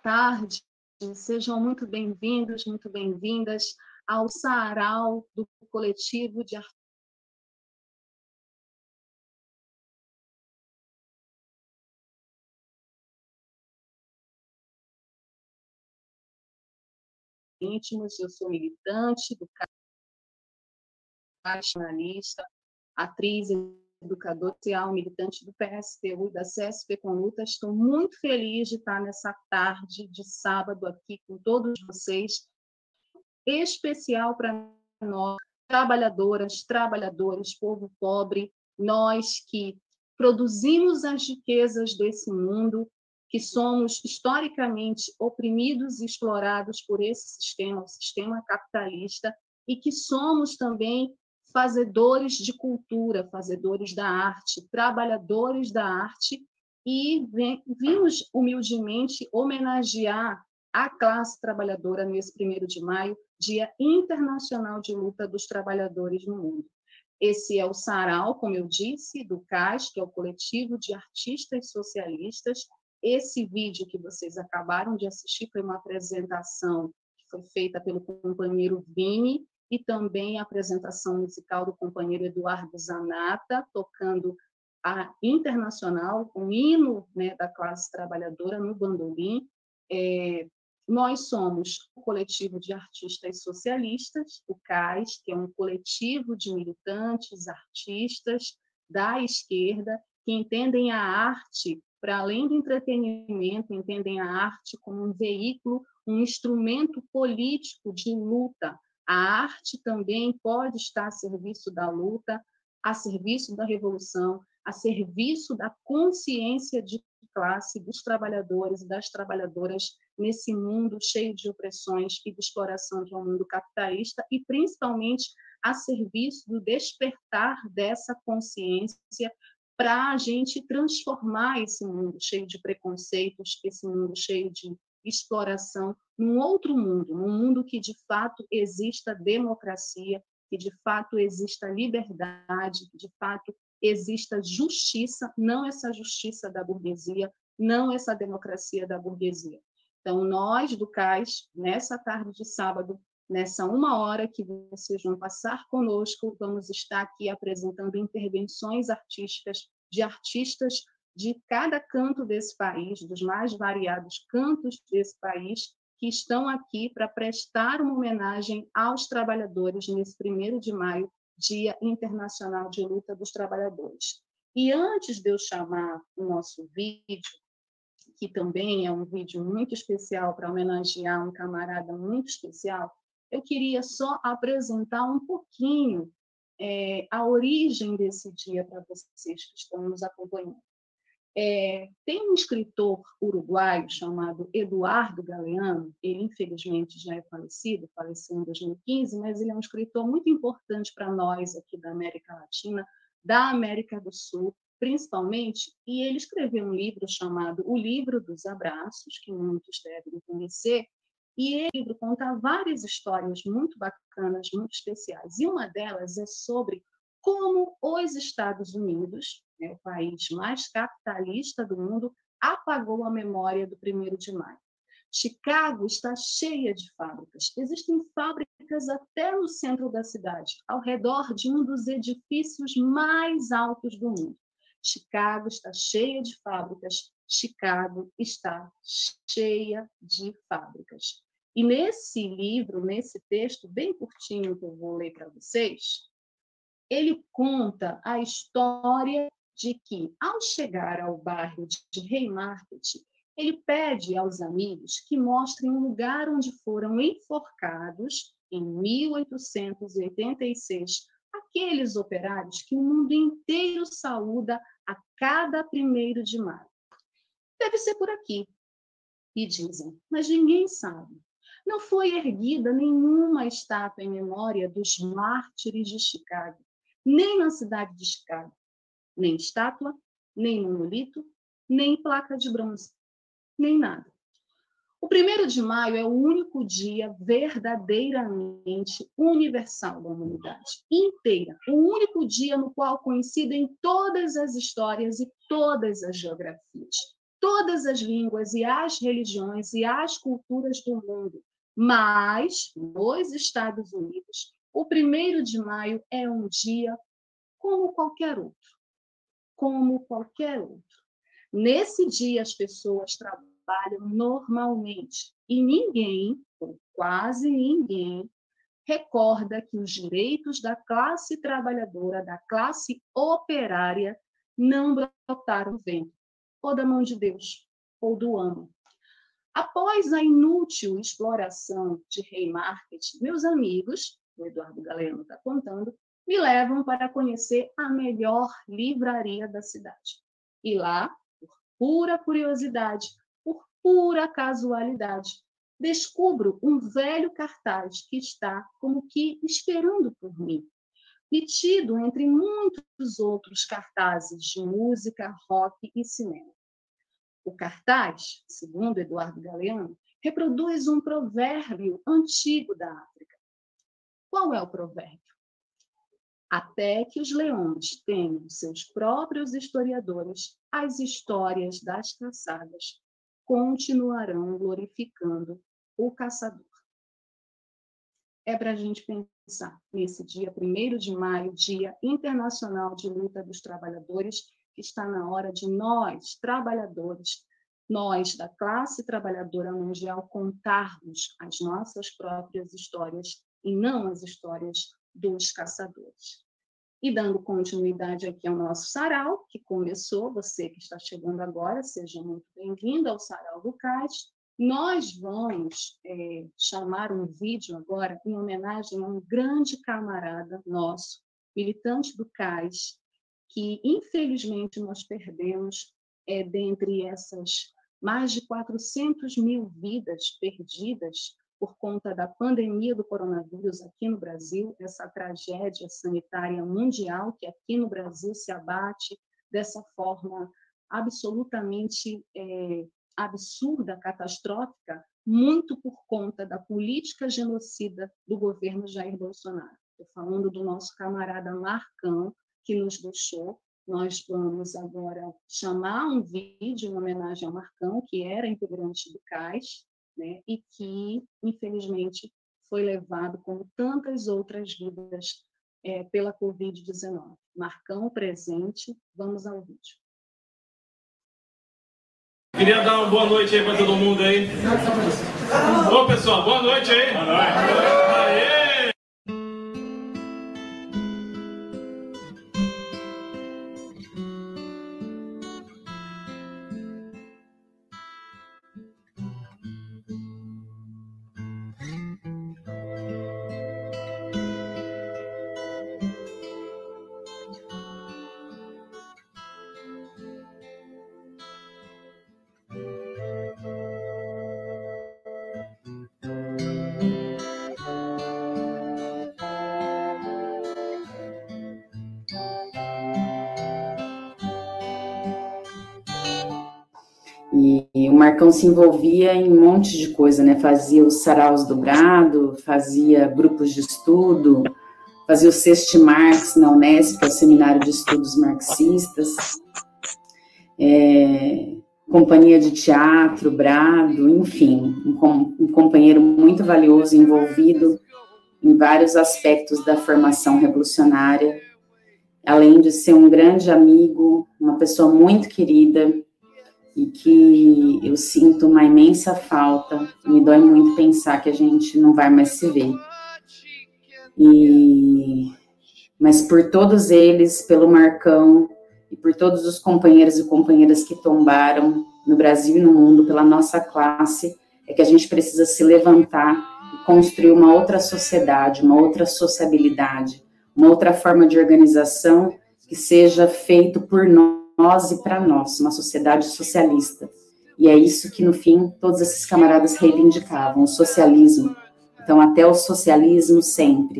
tarde, sejam muito bem-vindos, muito bem-vindas ao Sarau do Coletivo de Artistas Íntimos. Eu sou militante do CAIS, jornalista, atriz, educadora social, militante do PSTU e da CSP com Luta. Estou muito feliz de estar nessa tarde de sábado aqui com todos vocês, especial para nós, trabalhadoras, trabalhadores, povo pobre, nós que produzimos as riquezas desse mundo, que somos historicamente oprimidos e explorados por esse sistema, o sistema capitalista, e que somos também fazedores de cultura, fazedores da arte, trabalhadores da arte, e vimos humildemente homenagear a classe trabalhadora nesse 1º de maio, Dia Internacional de Luta dos Trabalhadores no Mundo. Esse é o sarau, como eu disse, do CAIS, que é o Coletivo de Artistas Socialistas. Esse vídeo que vocês acabaram de assistir foi uma apresentação que foi feita pelo companheiro Vini e também a apresentação musical do companheiro Eduardo Zanata, tocando a Internacional, um hino, né, da classe trabalhadora no bandolim. Nós somos o Coletivo de Artistas Socialistas, o CAIS, que é um coletivo de militantes, artistas da esquerda, que entendem a arte, para além do entretenimento, entendem a arte como um veículo, um instrumento político de luta. A arte também pode estar a serviço da luta, a serviço da revolução, a serviço da consciência de classe dos trabalhadores e das trabalhadoras nesse mundo cheio de opressões e de exploração de um mundo capitalista, e principalmente a serviço do despertar dessa consciência para a gente transformar esse mundo cheio de preconceitos, esse mundo cheio de exploração, num outro mundo, num mundo que de fato exista democracia, que de fato exista liberdade, que de fato exista justiça, não essa justiça da burguesia, não essa democracia da burguesia. Então, nós do CAIS, nessa tarde de sábado, nessa 1 hora que vocês vão passar conosco, vamos estar aqui apresentando intervenções artísticas de artistas de cada canto desse país, dos mais variados cantos desse país, que estão aqui para prestar uma homenagem aos trabalhadores nesse 1º de maio, Dia Internacional de Luta dos Trabalhadores. E antes de eu chamar o nosso vídeo, que também é um vídeo muito especial para homenagear um camarada muito especial, eu queria só apresentar um pouquinho a origem desse dia para vocês que estão nos acompanhando. Tem um escritor uruguaio chamado Eduardo Galeano, ele infelizmente já é falecido, faleceu em 2015, mas ele é um escritor muito importante para nós aqui da América Latina, da América do Sul, principalmente, e ele escreveu um livro chamado O Livro dos Abraços, que muitos devem conhecer, e esse livro conta várias histórias muito bacanas, muito especiais, e uma delas é sobre como os Estados Unidos, né, o país mais capitalista do mundo, apagou a memória do 1º de maio. Chicago está cheia de fábricas. Existem fábricas até no centro da cidade, ao redor de um dos edifícios mais altos do mundo. Chicago está cheia de fábricas. Chicago está cheia de fábricas. E nesse livro, nesse texto bem curtinho que eu vou ler para vocês, ele conta a história de que, ao chegar ao bairro de Haymarket, ele pede aos amigos que mostrem um lugar onde foram enforcados, em 1886, aqueles operários que o mundo inteiro saúda a cada 1º de maio. Deve ser por aqui, e dizem, mas ninguém sabe. Não foi erguida nenhuma estátua em memória dos mártires de Chicago, nem na cidade de Chicago, nem estátua, nem monolito, nem placa de bronze, nem nada. O 1º de maio é o único dia verdadeiramente universal da humanidade inteira, o único dia no qual coincidem todas as histórias e todas as geografias. todas as línguas e as religiões e as culturas do mundo. Mas, nos Estados Unidos, o 1º de maio é um dia como qualquer outro. Como qualquer outro. Nesse dia, as pessoas trabalham normalmente e ninguém, ou quase ninguém, recorda que os direitos da classe trabalhadora, da classe operária, não brotaram do vento, ou da mão de Deus, ou do amo. Após a inútil exploração de Haymarket, meus amigos, o Eduardo Galeano está contando, me levam para conhecer a melhor livraria da cidade. E lá, por pura curiosidade, por pura casualidade, descubro um velho cartaz que está como que esperando por mim, metido entre muitos outros cartazes de música, rock e cinema. O cartaz, segundo Eduardo Galeano, reproduz um provérbio antigo da África. Qual é o provérbio? Até que os leões tenham seus próprios historiadores, as histórias das caçadas continuarão glorificando o caçador. É para a gente pensar nesse dia 1º de maio, Dia Internacional de Luta dos Trabalhadores, que está na hora de nós, trabalhadores, nós da classe trabalhadora mundial, contarmos as nossas próprias histórias e não as histórias dos caçadores. E dando continuidade aqui ao nosso sarau, que começou, você que está chegando agora, seja muito bem-vindo ao Sarau do CAIS. Nós vamos chamar um vídeo agora em homenagem a um grande camarada nosso, militante do CAIS, que infelizmente nós perdemos dentre essas mais de 400 mil vidas perdidas por conta da pandemia do coronavírus aqui no Brasil, essa tragédia sanitária mundial que aqui no Brasil se abate dessa forma absolutamente absurda, catastrófica, muito por conta da política genocida do governo Jair Bolsonaro. Estou falando do nosso camarada Marcão, que nos deixou. Nós vamos agora chamar um vídeo em homenagem ao Marcão, que era integrante do CAIS, né, e que, infelizmente, foi levado, como tantas outras vidas, pela Covid-19. Marcão presente, vamos ao vídeo. Queria dar uma boa noite aí para todo mundo aí. Ô, pessoal, boa noite aí. Boa noite. Aê! E o Marcão se envolvia em um monte de coisa, né? Fazia os saraus do Brado, fazia grupos de estudo, fazia o Sexte Marx na Unesp, que é o Seminário de Estudos Marxistas, companhia de teatro, Brado, enfim, um companheiro muito valioso, envolvido em vários aspectos da formação revolucionária, além de ser um grande amigo, uma pessoa muito querida, e que eu sinto uma imensa falta, me dói muito pensar que a gente não vai mais se ver. Mas por todos eles, pelo Marcão, e por todos os companheiros e companheiras que tombaram no Brasil e no mundo, pela nossa classe, é que a gente precisa se levantar e construir uma outra sociedade, uma outra sociabilidade, uma outra forma de organização que seja feito por nós e para nós, uma sociedade socialista. E é isso que, no fim, todos esses camaradas reivindicavam, o socialismo. Então, até o socialismo sempre.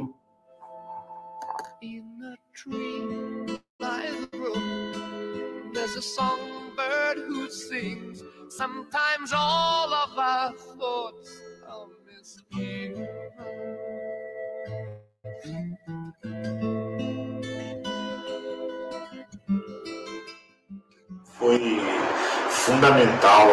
Foi fundamental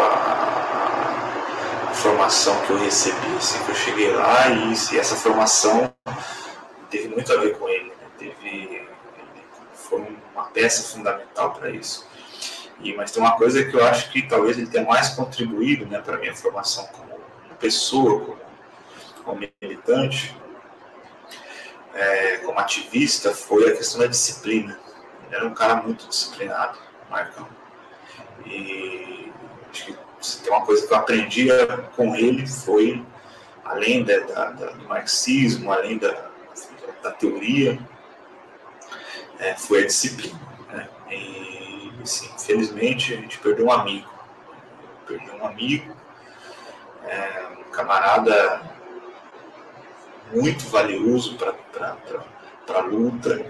a formação que eu recebi, assim, que eu cheguei lá, e essa formação teve muito a ver com ele, né? Foi uma peça fundamental para isso. Mas tem uma coisa que eu acho que talvez ele tenha mais contribuído, né, para a minha formação como pessoa, como militante, como ativista, foi a questão da disciplina. Ele era um cara muito disciplinado, Marcão. E acho que se tem uma coisa que eu aprendi com ele foi, além do marxismo, além da teoria, foi a disciplina, né? E, assim, infelizmente, a gente perdeu um amigo. Um camarada muito valioso para a luta.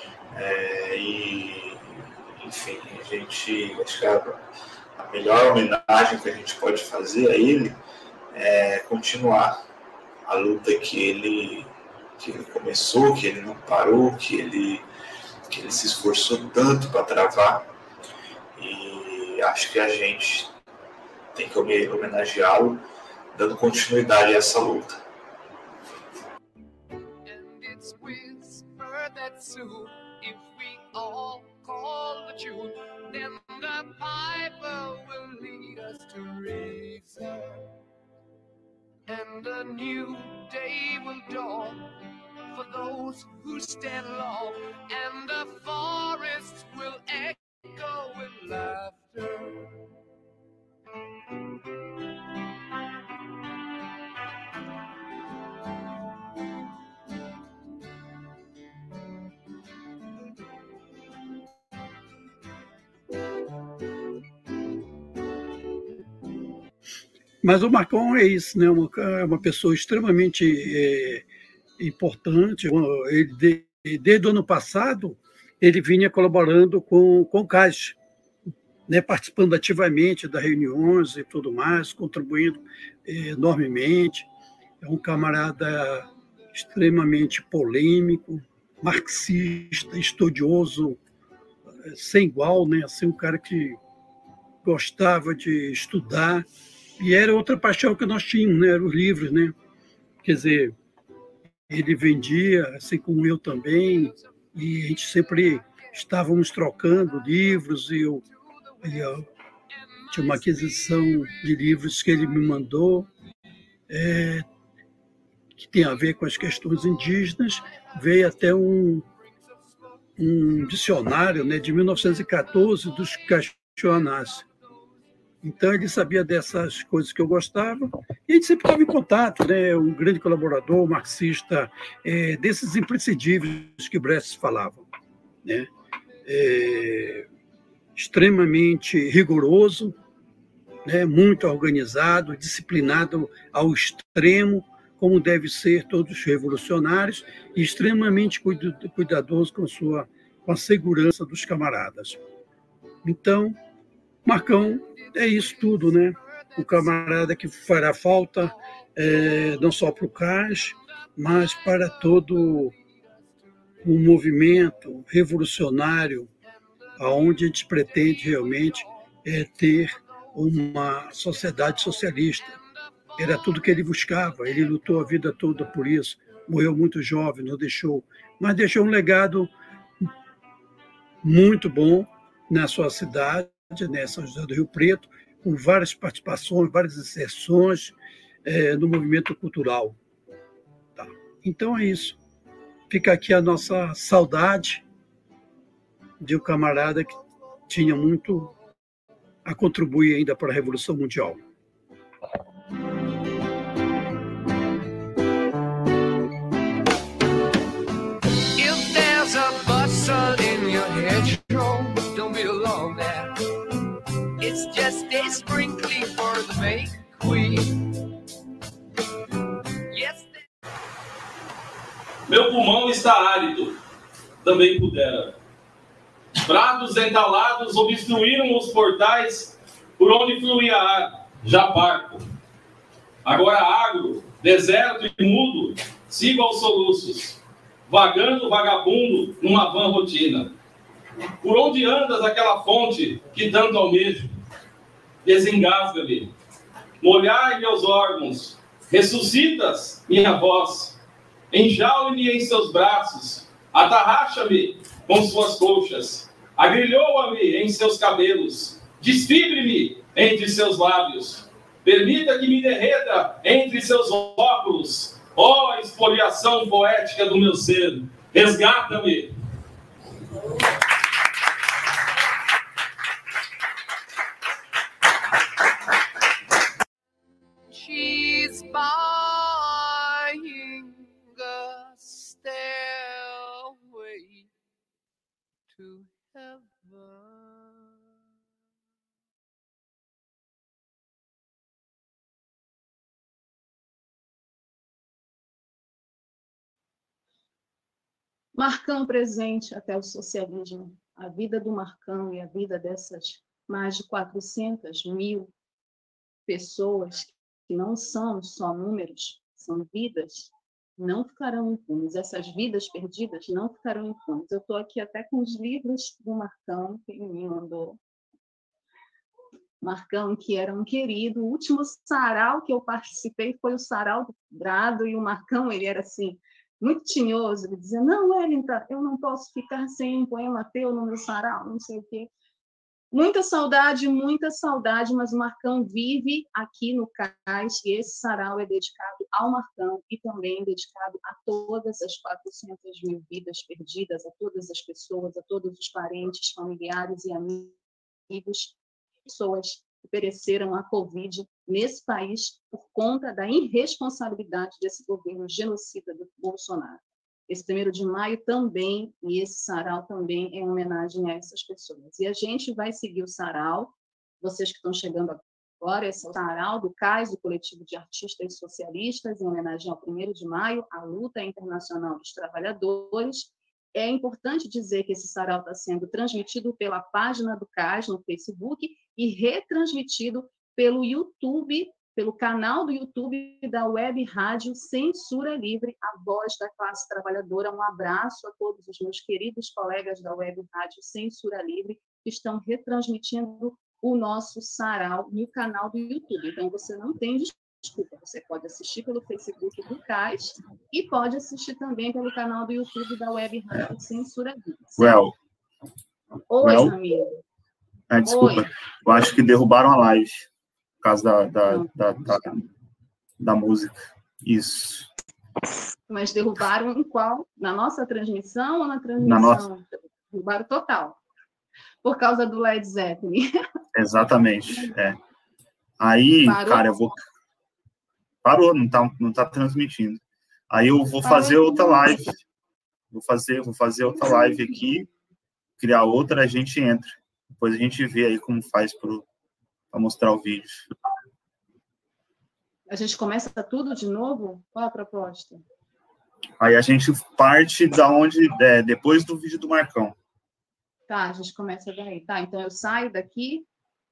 Enfim, acho que a melhor homenagem que a gente pode fazer a ele é continuar a luta que ele começou, que ele não parou, que ele se esforçou tanto para travar, e acho que a gente tem que homenageá-lo, dando continuidade a essa luta. And a new day will dawn for those who stand long, and the forest will echo with laughter. Mas o Marcão é isso, né? É uma pessoa extremamente importante. Desde o ano passado, ele vinha colaborando com o CAS, né? Participando ativamente das reuniões e tudo mais, contribuindo enormemente. É um camarada extremamente polêmico, marxista, estudioso, sem igual, né? Assim, um cara que gostava de estudar. E era outra paixão que nós tínhamos, né? Eram os livros, né? Quer dizer, ele vendia, assim como eu também, e a gente sempre estávamos trocando livros, e eu tinha uma aquisição de livros que ele me mandou, que tem a ver com as questões indígenas. Veio até um dicionário, né, de 1914 dos Caixuanás. Então, ele sabia dessas coisas que eu gostava, e a gente sempre estava em contato, né? Um grande colaborador, marxista, desses imprescindíveis que Brecht falava, né? Extremamente rigoroso, né? Muito organizado, disciplinado ao extremo, como deve ser todos os revolucionários, e extremamente cuidadoso com a segurança dos camaradas. Então, Marcão é isso tudo, né? O camarada que fará falta não só para o CAS, mas para todo o movimento revolucionário, aonde a gente pretende realmente ter uma sociedade socialista. Era tudo que ele buscava, ele lutou a vida toda por isso, morreu muito jovem, não deixou, mas deixou um legado muito bom na sua cidade, né, São José do Rio Preto, com várias participações, várias inserções no movimento cultural. Tá. Então é isso. Fica aqui a nossa saudade de um camarada que tinha muito a contribuir ainda para a Revolução Mundial. If there's a bustle in your hedgerow, don't be alone there. It's just a sprinkling for the May Queen. Yes. Meu pulmão está árido, também pudera. Prados entalados obstruíram os portais por onde fluía ar, já parco. Agora agro, deserto e mudo, sigo aos soluços, vagando vagabundo numa vã rotina. Por onde andas aquela fonte que tanto almejo? desengasga-me. Molhai meus órgãos, ressuscitas minha voz. Enjaule-me em seus braços, atarracha-me com suas colchas. Agrilhoa-me em seus cabelos, desfibre-me entre seus lábios. Permita que me derreta entre seus óculos. Ó, exfoliação poética do meu ser, resgata-me. She's buying a stairway to heaven. Marcão presente até o socialismo. A vida do Marcão e a vida dessas mais de 400.000 pessoas que não são só números, são vidas, não ficarão impunes. Essas vidas perdidas não ficarão impunes. Eu estou aqui até com os livros do Marcão, que ele me mandou. Marcão, que era um querido. O último sarau que eu participei foi o sarau do Brado, e o Marcão, ele era assim, muito tinhoso, ele dizia, não, Wellington, eu não posso ficar sem um poema teu no meu sarau, não sei o quê. Muita saudade, mas o Marcão vive aqui no Cais, e esse sarau é dedicado ao Marcão e também dedicado a todas as 400.000 vidas perdidas, a todas as pessoas, a todos os parentes, familiares e amigos, pessoas que pereceram à Covid nesse país por conta da irresponsabilidade desse governo genocida do Bolsonaro. Esse 1º de maio também, e esse sarau também é homenagem a essas pessoas. E a gente vai seguir o sarau, vocês que estão chegando agora, esse é o sarau do CAIS, do Coletivo de Artistas Socialistas, em homenagem ao 1º de maio, à luta internacional dos trabalhadores. É importante dizer que esse sarau está sendo transmitido pela página do CAIS no Facebook e retransmitido pelo YouTube, pelo canal do YouTube da Web Rádio Censura Livre, a voz da classe trabalhadora. Um abraço a todos os meus queridos colegas da Web Rádio Censura Livre que estão retransmitindo o nosso sarau no canal do YouTube. Então, você não tem desculpa, você pode assistir pelo Facebook do CAIS e pode assistir também pelo canal do YouTube da Web Rádio Censura Livre. Oi, amigo. Desculpa, Oi. Eu acho que derrubaram a live por causa da música. Isso. Mas derrubaram em qual? Na nossa transmissão ou na transmissão? Na nossa. Derrubaram total. Por causa do Led Zeppelin. Exatamente, Aí, parou? Cara, eu vou... Parou, não tá transmitindo. Aí eu vou fazer outra live. Vou fazer outra live aqui, criar outra, a gente entra. Depois a gente vê aí como faz para mostrar o vídeo. A gente começa tudo de novo? Qual a proposta? Aí a gente parte da onde, depois do vídeo do Marcão. Tá, a gente começa daí. Tá, então eu saio daqui.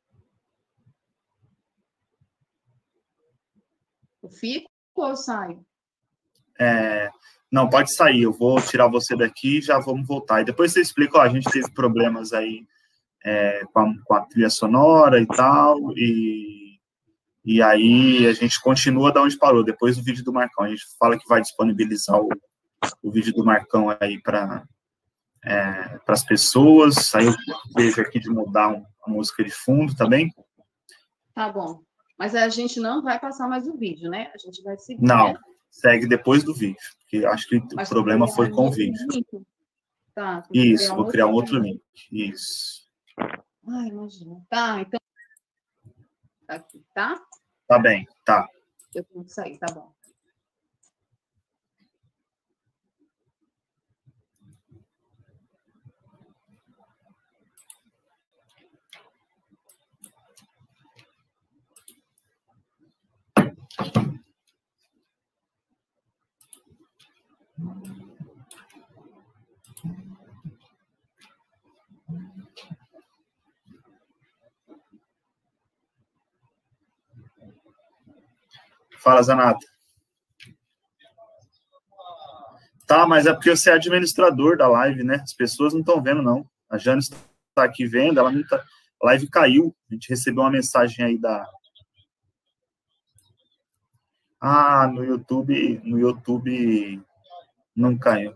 Eu fico ou eu saio? Não, pode sair. Eu vou tirar você daqui e já vamos voltar. E depois você explica, a gente teve problemas aí com a trilha sonora e tal, e aí a gente continua da onde parou, depois do vídeo do Marcão. A gente fala que vai disponibilizar o vídeo do Marcão aí para as pessoas. Aí eu vejo aqui de mudar a música de fundo, tá bem? Tá bom. Mas a gente não vai passar mais o vídeo, né? A gente vai seguir. Não, né? Segue depois do vídeo, porque acho que o problema foi com o vídeo. Tá, isso, vou criar um outro link. Isso. Ai, imagina. Tá, então. Tá aqui, tá? Tá bem, tá. Eu tenho que sair, tá bom. Fala, Zanata. Tá, mas é porque você é administrador da live, né? As pessoas não estão vendo, não. A Jane está aqui vendo, ela não tá... A live caiu. A gente recebeu uma mensagem aí da... Ah, no YouTube não caiu.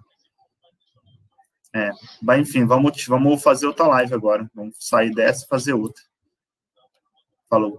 Mas enfim, vamos fazer outra live agora. Vamos sair dessa e fazer outra. Falou.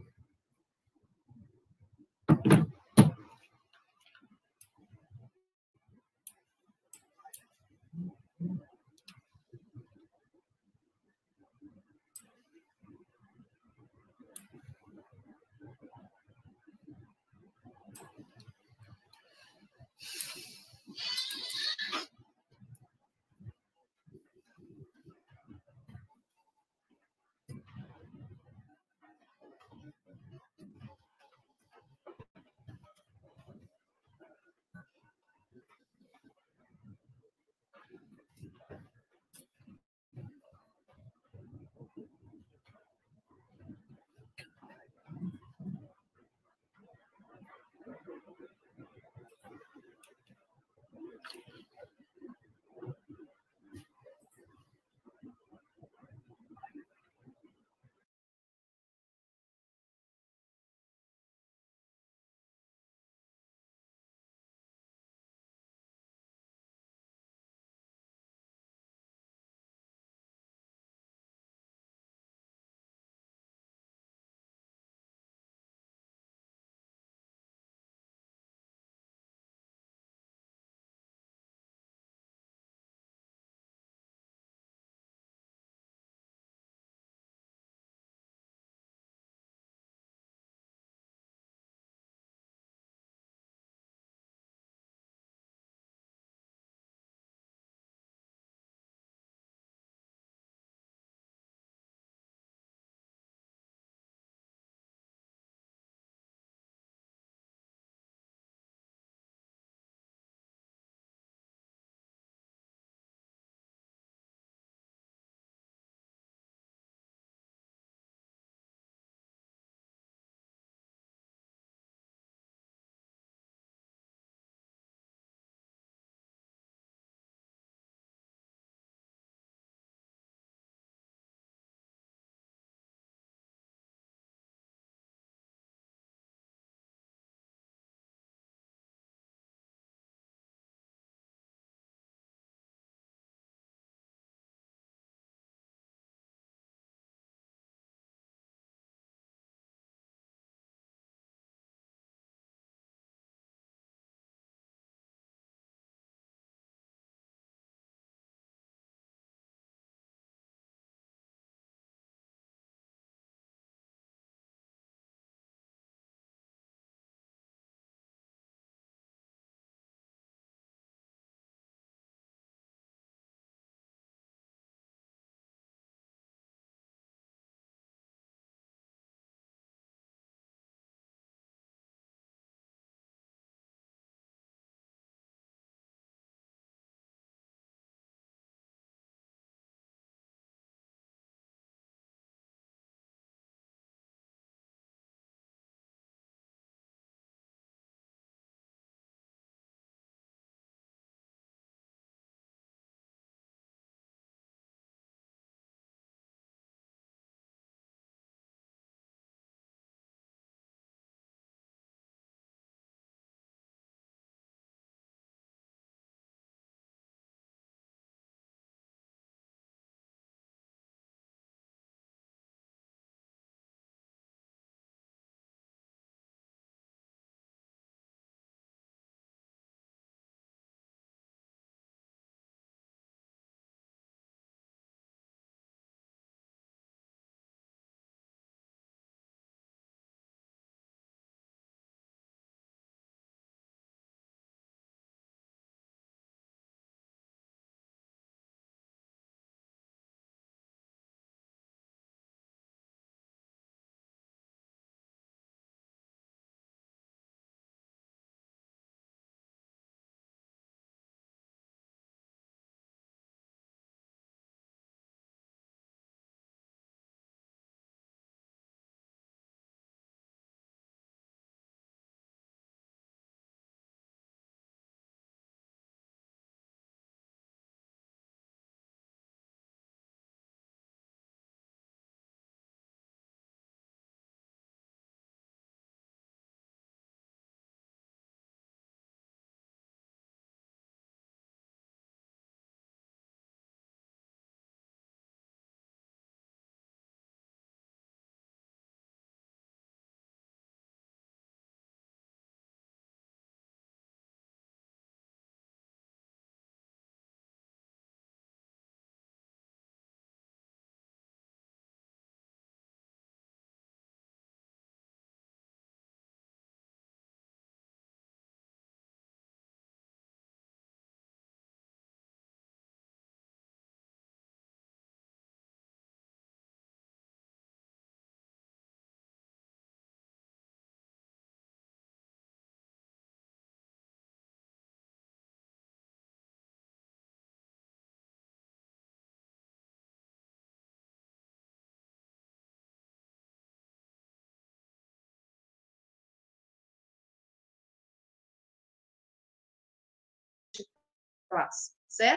classe, certo?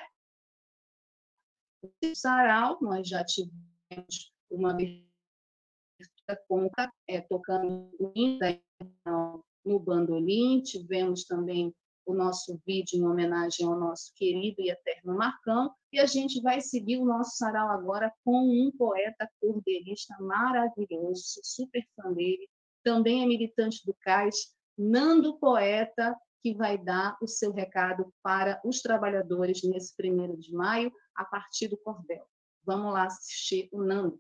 No sarau, nós já tivemos uma conta tocando no bandolim, tivemos também o nosso vídeo em homenagem ao nosso querido e eterno Marcão, e a gente vai seguir o nosso sarau agora com um poeta cordelista maravilhoso, sou super fã dele, também é militante do CAIS, Nando Poeta, que vai dar o seu recado para os trabalhadores nesse 1º de maio, a partir do cordel. Vamos lá assistir o Nando.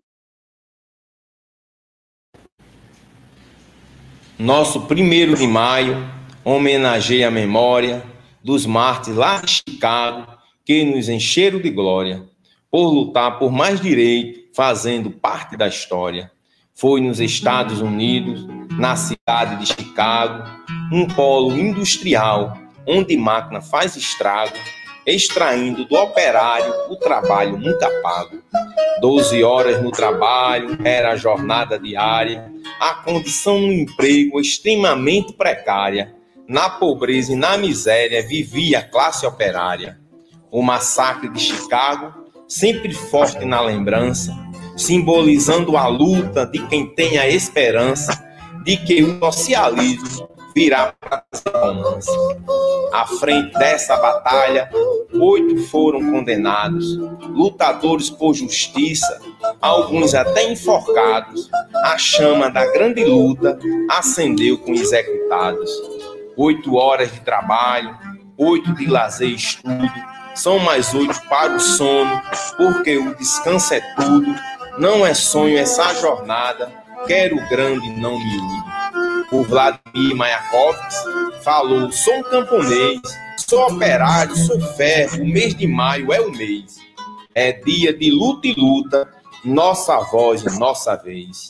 Nosso 1º de maio homenageia a memória dos mártires lá de Chicago que nos encheram de glória por lutar por mais direito, fazendo parte da história. Foi nos Estados Unidos, na cidade de Chicago, um polo industrial onde máquina faz estrago, extraindo do operário o trabalho nunca pago. 12 horas no trabalho, era a jornada diária, a condição no emprego extremamente precária. Na pobreza e na miséria vivia a classe operária. O massacre de Chicago, sempre forte na lembrança, simbolizando a luta de quem tem a esperança de que o socialismo virá para a romance. À frente dessa batalha, 8 foram condenados, lutadores por justiça, alguns até enforcados. A chama da grande luta acendeu com executados. 8 horas de trabalho, 8 de lazer e estudo, são mais 8 para o sono, porque o descanso é tudo. Não é sonho essa jornada, quero grande não miúdo. O Vladimir Mayakovsky falou, sou um camponês, sou operário, sou ferro, o mês de maio é o mês. É dia de luta e luta, nossa voz, nossa vez.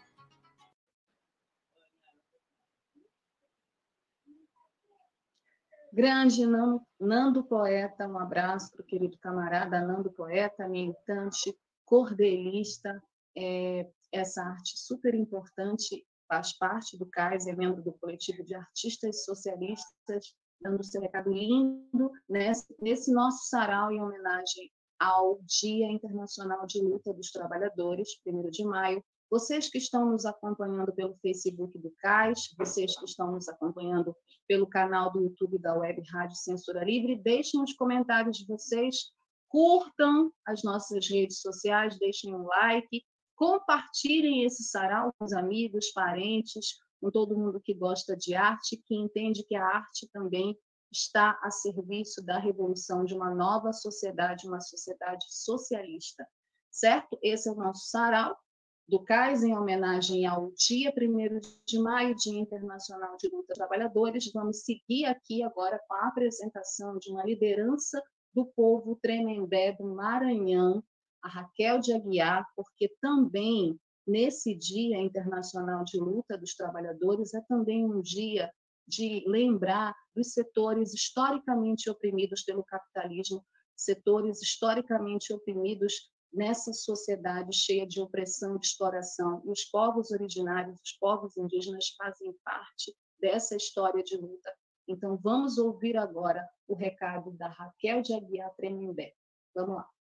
Grande Nando Poeta, um abraço para o querido camarada Nando Poeta, militante, cordelista, essa arte super importante, faz parte do CAIS, é membro do coletivo de artistas socialistas, dando seu recado lindo nesse nosso sarau em homenagem ao Dia Internacional de Luta dos Trabalhadores, 1º de maio. Vocês que estão nos acompanhando pelo Facebook do CAIS, vocês que estão nos acompanhando pelo canal do YouTube da Web Rádio Censura Livre, deixem os comentários de vocês, curtam as nossas redes sociais, deixem um like, compartilhem esse sarau com os amigos, parentes, com todo mundo que gosta de arte, que entende que a arte também está a serviço da revolução de uma nova sociedade, uma sociedade socialista, certo? Esse é o nosso sarau do CAIS, em homenagem ao dia 1º de maio, Dia Internacional de Luta dos Trabalhadores. Vamos seguir aqui agora com a apresentação de uma liderança do povo Tremembé do Maranhão, a Raquel de Aguiar, porque também nesse Dia Internacional de Luta dos Trabalhadores é também um dia de lembrar dos setores historicamente oprimidos pelo capitalismo, setores historicamente oprimidos nessa sociedade cheia de opressão e de exploração. E os povos originários, os povos indígenas fazem parte dessa história de luta. Então, vamos ouvir agora o recado da Raquel de Aguiar Tremembé. Vamos lá.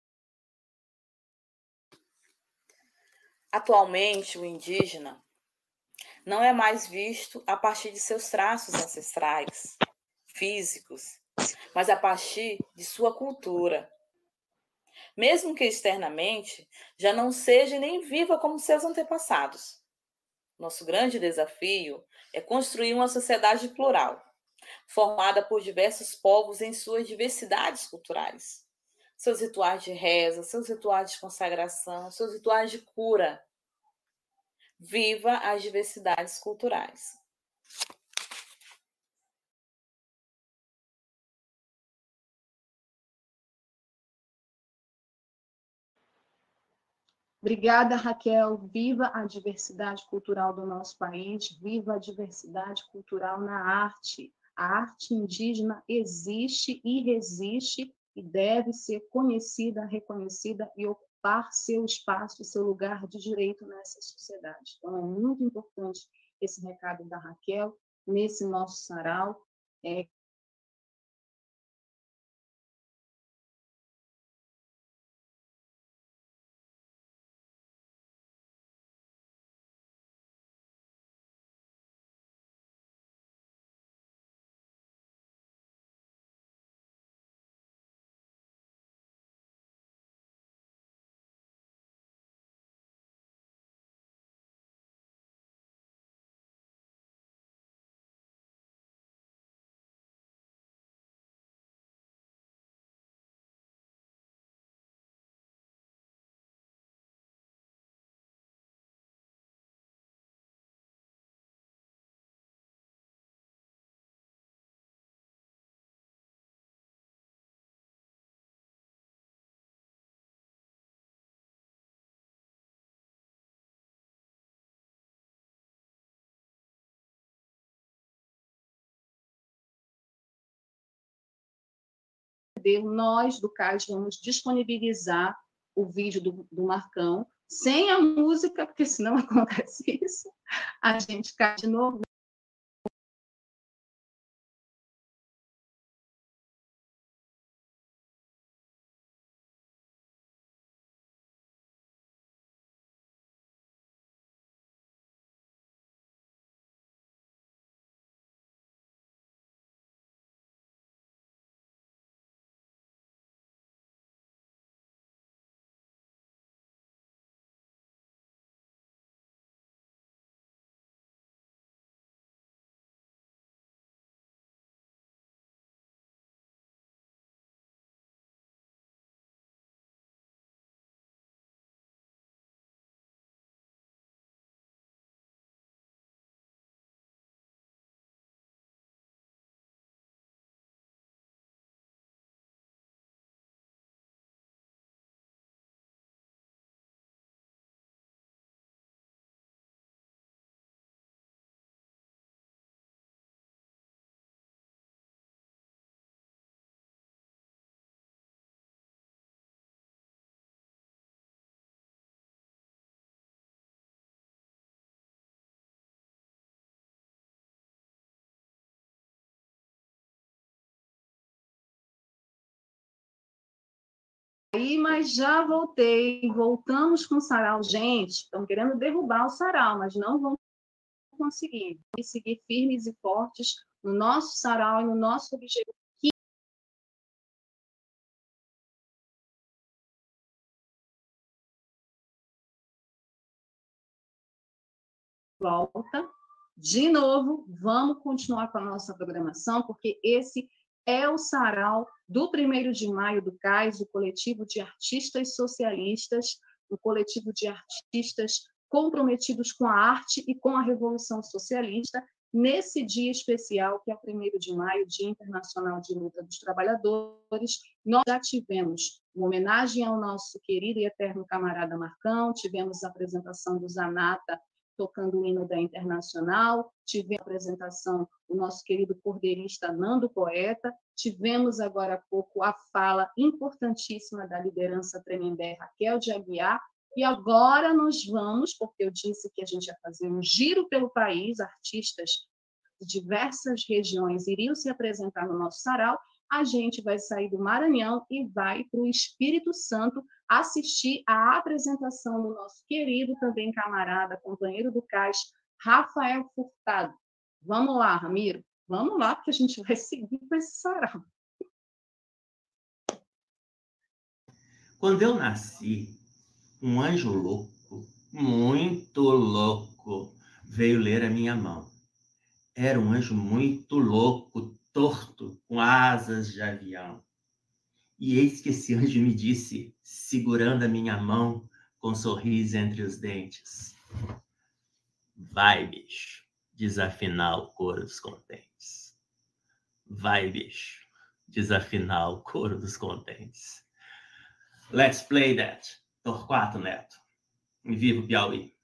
Atualmente, o indígena não é mais visto a partir de seus traços ancestrais, físicos, mas a partir de sua cultura. Mesmo que externamente já não seja nem viva como seus antepassados. Nosso grande desafio é construir uma sociedade plural, formada por diversos povos em suas diversidades culturais. Seus rituais de reza, seus rituais de consagração, seus rituais de cura. Viva as diversidades culturais. Obrigada, Raquel. Viva a diversidade cultural do nosso país, viva a diversidade cultural na arte. A arte indígena existe e resiste e deve ser conhecida, reconhecida e ocupar seu espaço, seu lugar de direito nessa sociedade. Então, é muito importante esse recado da Raquel nesse nosso sarau. nós do CAIS vamos disponibilizar o vídeo do Marcão, sem a música, porque senão acontece isso, a gente cai de novo. Aí, mas já voltamos com o sarau. Gente, estão querendo derrubar o sarau, mas não vão conseguir. E seguir firmes e fortes no nosso sarau e no nosso objetivo. Volta. De novo, vamos continuar com a nossa programação, porque esse é o sarau do 1º de maio do CAIS, o coletivo de artistas socialistas, o coletivo de artistas comprometidos com a arte e com a Revolução Socialista, nesse dia especial, que é o 1º de maio, Dia Internacional de Luta dos Trabalhadores. Nós já tivemos uma homenagem ao nosso querido e eterno camarada Marcão, tivemos a apresentação do Zanata, tocando o hino da Internacional, tivemos a apresentação do nosso querido cordeirista Nando Poeta, tivemos agora há pouco a fala importantíssima da liderança Tremembé, Raquel de Aguiar, e agora nós vamos, porque eu disse que a gente ia fazer um giro pelo país, artistas de diversas regiões iriam se apresentar no nosso sarau, a gente vai sair do Maranhão e vai para o Espírito Santo assistir à apresentação do nosso querido, também camarada, companheiro do CAIS, Rafael Furtado. Vamos lá, Ramiro? Vamos lá, porque a gente vai seguir com esse sarau. Quando eu nasci, um anjo louco, muito louco, veio ler a minha mão. Era um anjo muito louco, torto, com asas de avião. E eis que esse anjo me disse, segurando a minha mão, com um sorriso entre os dentes: vai, bicho, desafinar o coro dos contentes. Vai, bicho, desafinar o coro dos contentes. Let's play that. Torquato Neto. E viva o Piauí.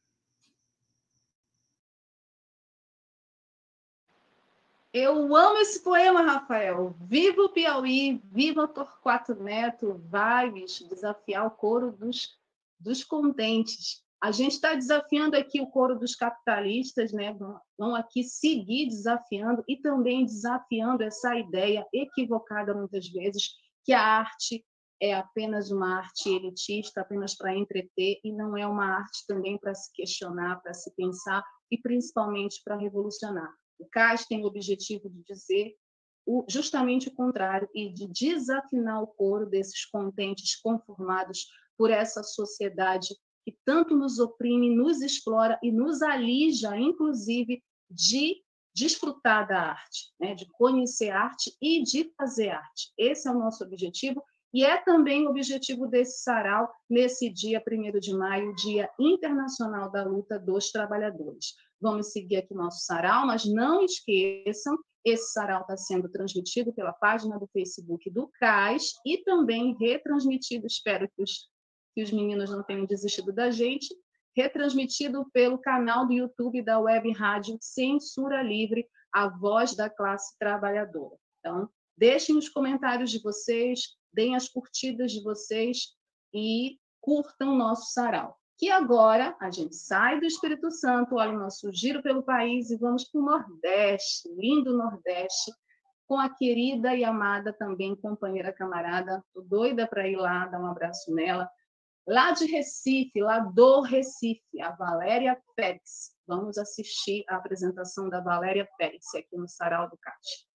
Eu amo esse poema, Rafael. Viva o Piauí, viva Torquato Neto, vai, bicho, desafiar o coro dos contentes. A gente está desafiando aqui o coro dos capitalistas, né? Vão aqui seguir desafiando e também desafiando essa ideia equivocada, muitas vezes, que a arte é apenas uma arte elitista, apenas para entreter, e não é uma arte também para se questionar, para se pensar e principalmente para revolucionar. O CAIS tem o objetivo de dizer justamente o contrário e de desafinar o coro desses contentes conformados por essa sociedade que tanto nos oprime, nos explora e nos alija, inclusive, de desfrutar da arte, né? De conhecer arte e de fazer arte. Esse é o nosso objetivo e é também o objetivo desse sarau nesse dia 1º de maio, Dia Internacional da Luta dos Trabalhadores. Vamos seguir aqui nosso sarau, mas não esqueçam, esse sarau está sendo transmitido pela página do Facebook do CAIS e também retransmitido, espero que os meninos não tenham desistido da gente, retransmitido pelo canal do YouTube da Web Rádio Censura Livre, a voz da classe trabalhadora. Então, Deixem os comentários de vocês, deem as curtidas de vocês e curtam o nosso sarau. Que agora a gente sai do Espírito Santo, olha o nosso giro pelo país e vamos para o Nordeste, lindo Nordeste, com a querida e amada também companheira camarada. Estou doida para ir lá, dar um abraço nela. Lá de Recife, lá do Recife, a Valéria Félix. Vamos assistir a apresentação da Valéria Félix aqui no Sarau do CAT.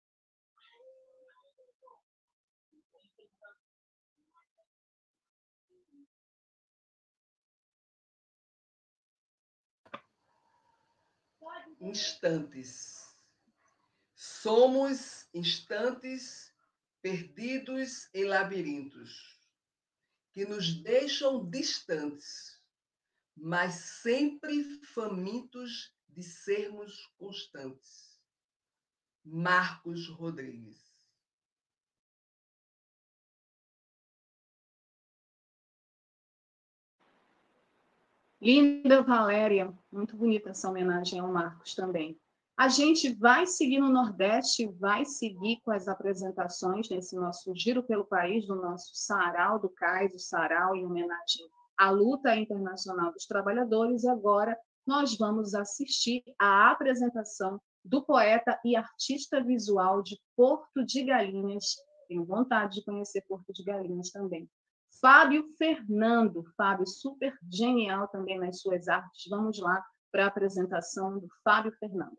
Instantes. Somos instantes perdidos em labirintos, que nos deixam distantes, mas sempre famintos de sermos constantes. Marcos Rodrigues. Linda, Valéria. Muito bonita essa homenagem ao Marcos também. A gente vai seguir no Nordeste, vai seguir com as apresentações nesse nosso giro pelo país, do nosso Sarau do Cais, o Sarau em homenagem à luta internacional dos trabalhadores. E agora nós vamos assistir à apresentação do poeta e artista visual de Porto de Galinhas. Tenho vontade de conhecer Porto de Galinhas também. Fábio Fernando. Fábio, super genial também nas suas artes. Vamos lá para a apresentação do Fábio Fernando.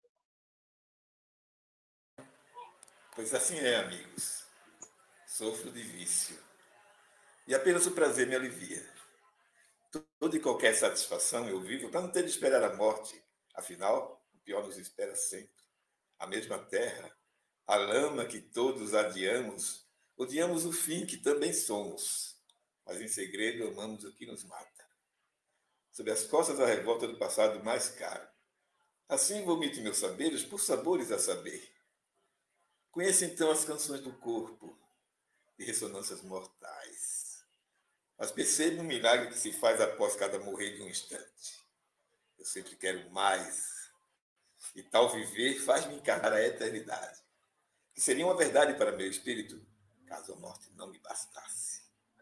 Pois assim é, amigos. Sofro de vício. E apenas o prazer me alivia. Toda e qualquer satisfação eu vivo para não ter de esperar a morte. Afinal, o pior nos espera sempre. A mesma terra, a lama que todos adiamos, odiamos o fim que também somos. Mas em segredo amamos o que nos mata. Sob as costas a revolta do passado mais caro. Assim vomito meus saberes por sabores a saber. Conheço então as canções do corpo, de ressonâncias mortais. Mas percebo um milagre que se faz após cada morrer de um instante. Eu sempre quero mais. E tal viver faz-me encarar a eternidade, que seria uma verdade para meu espírito, caso a morte não me bastasse.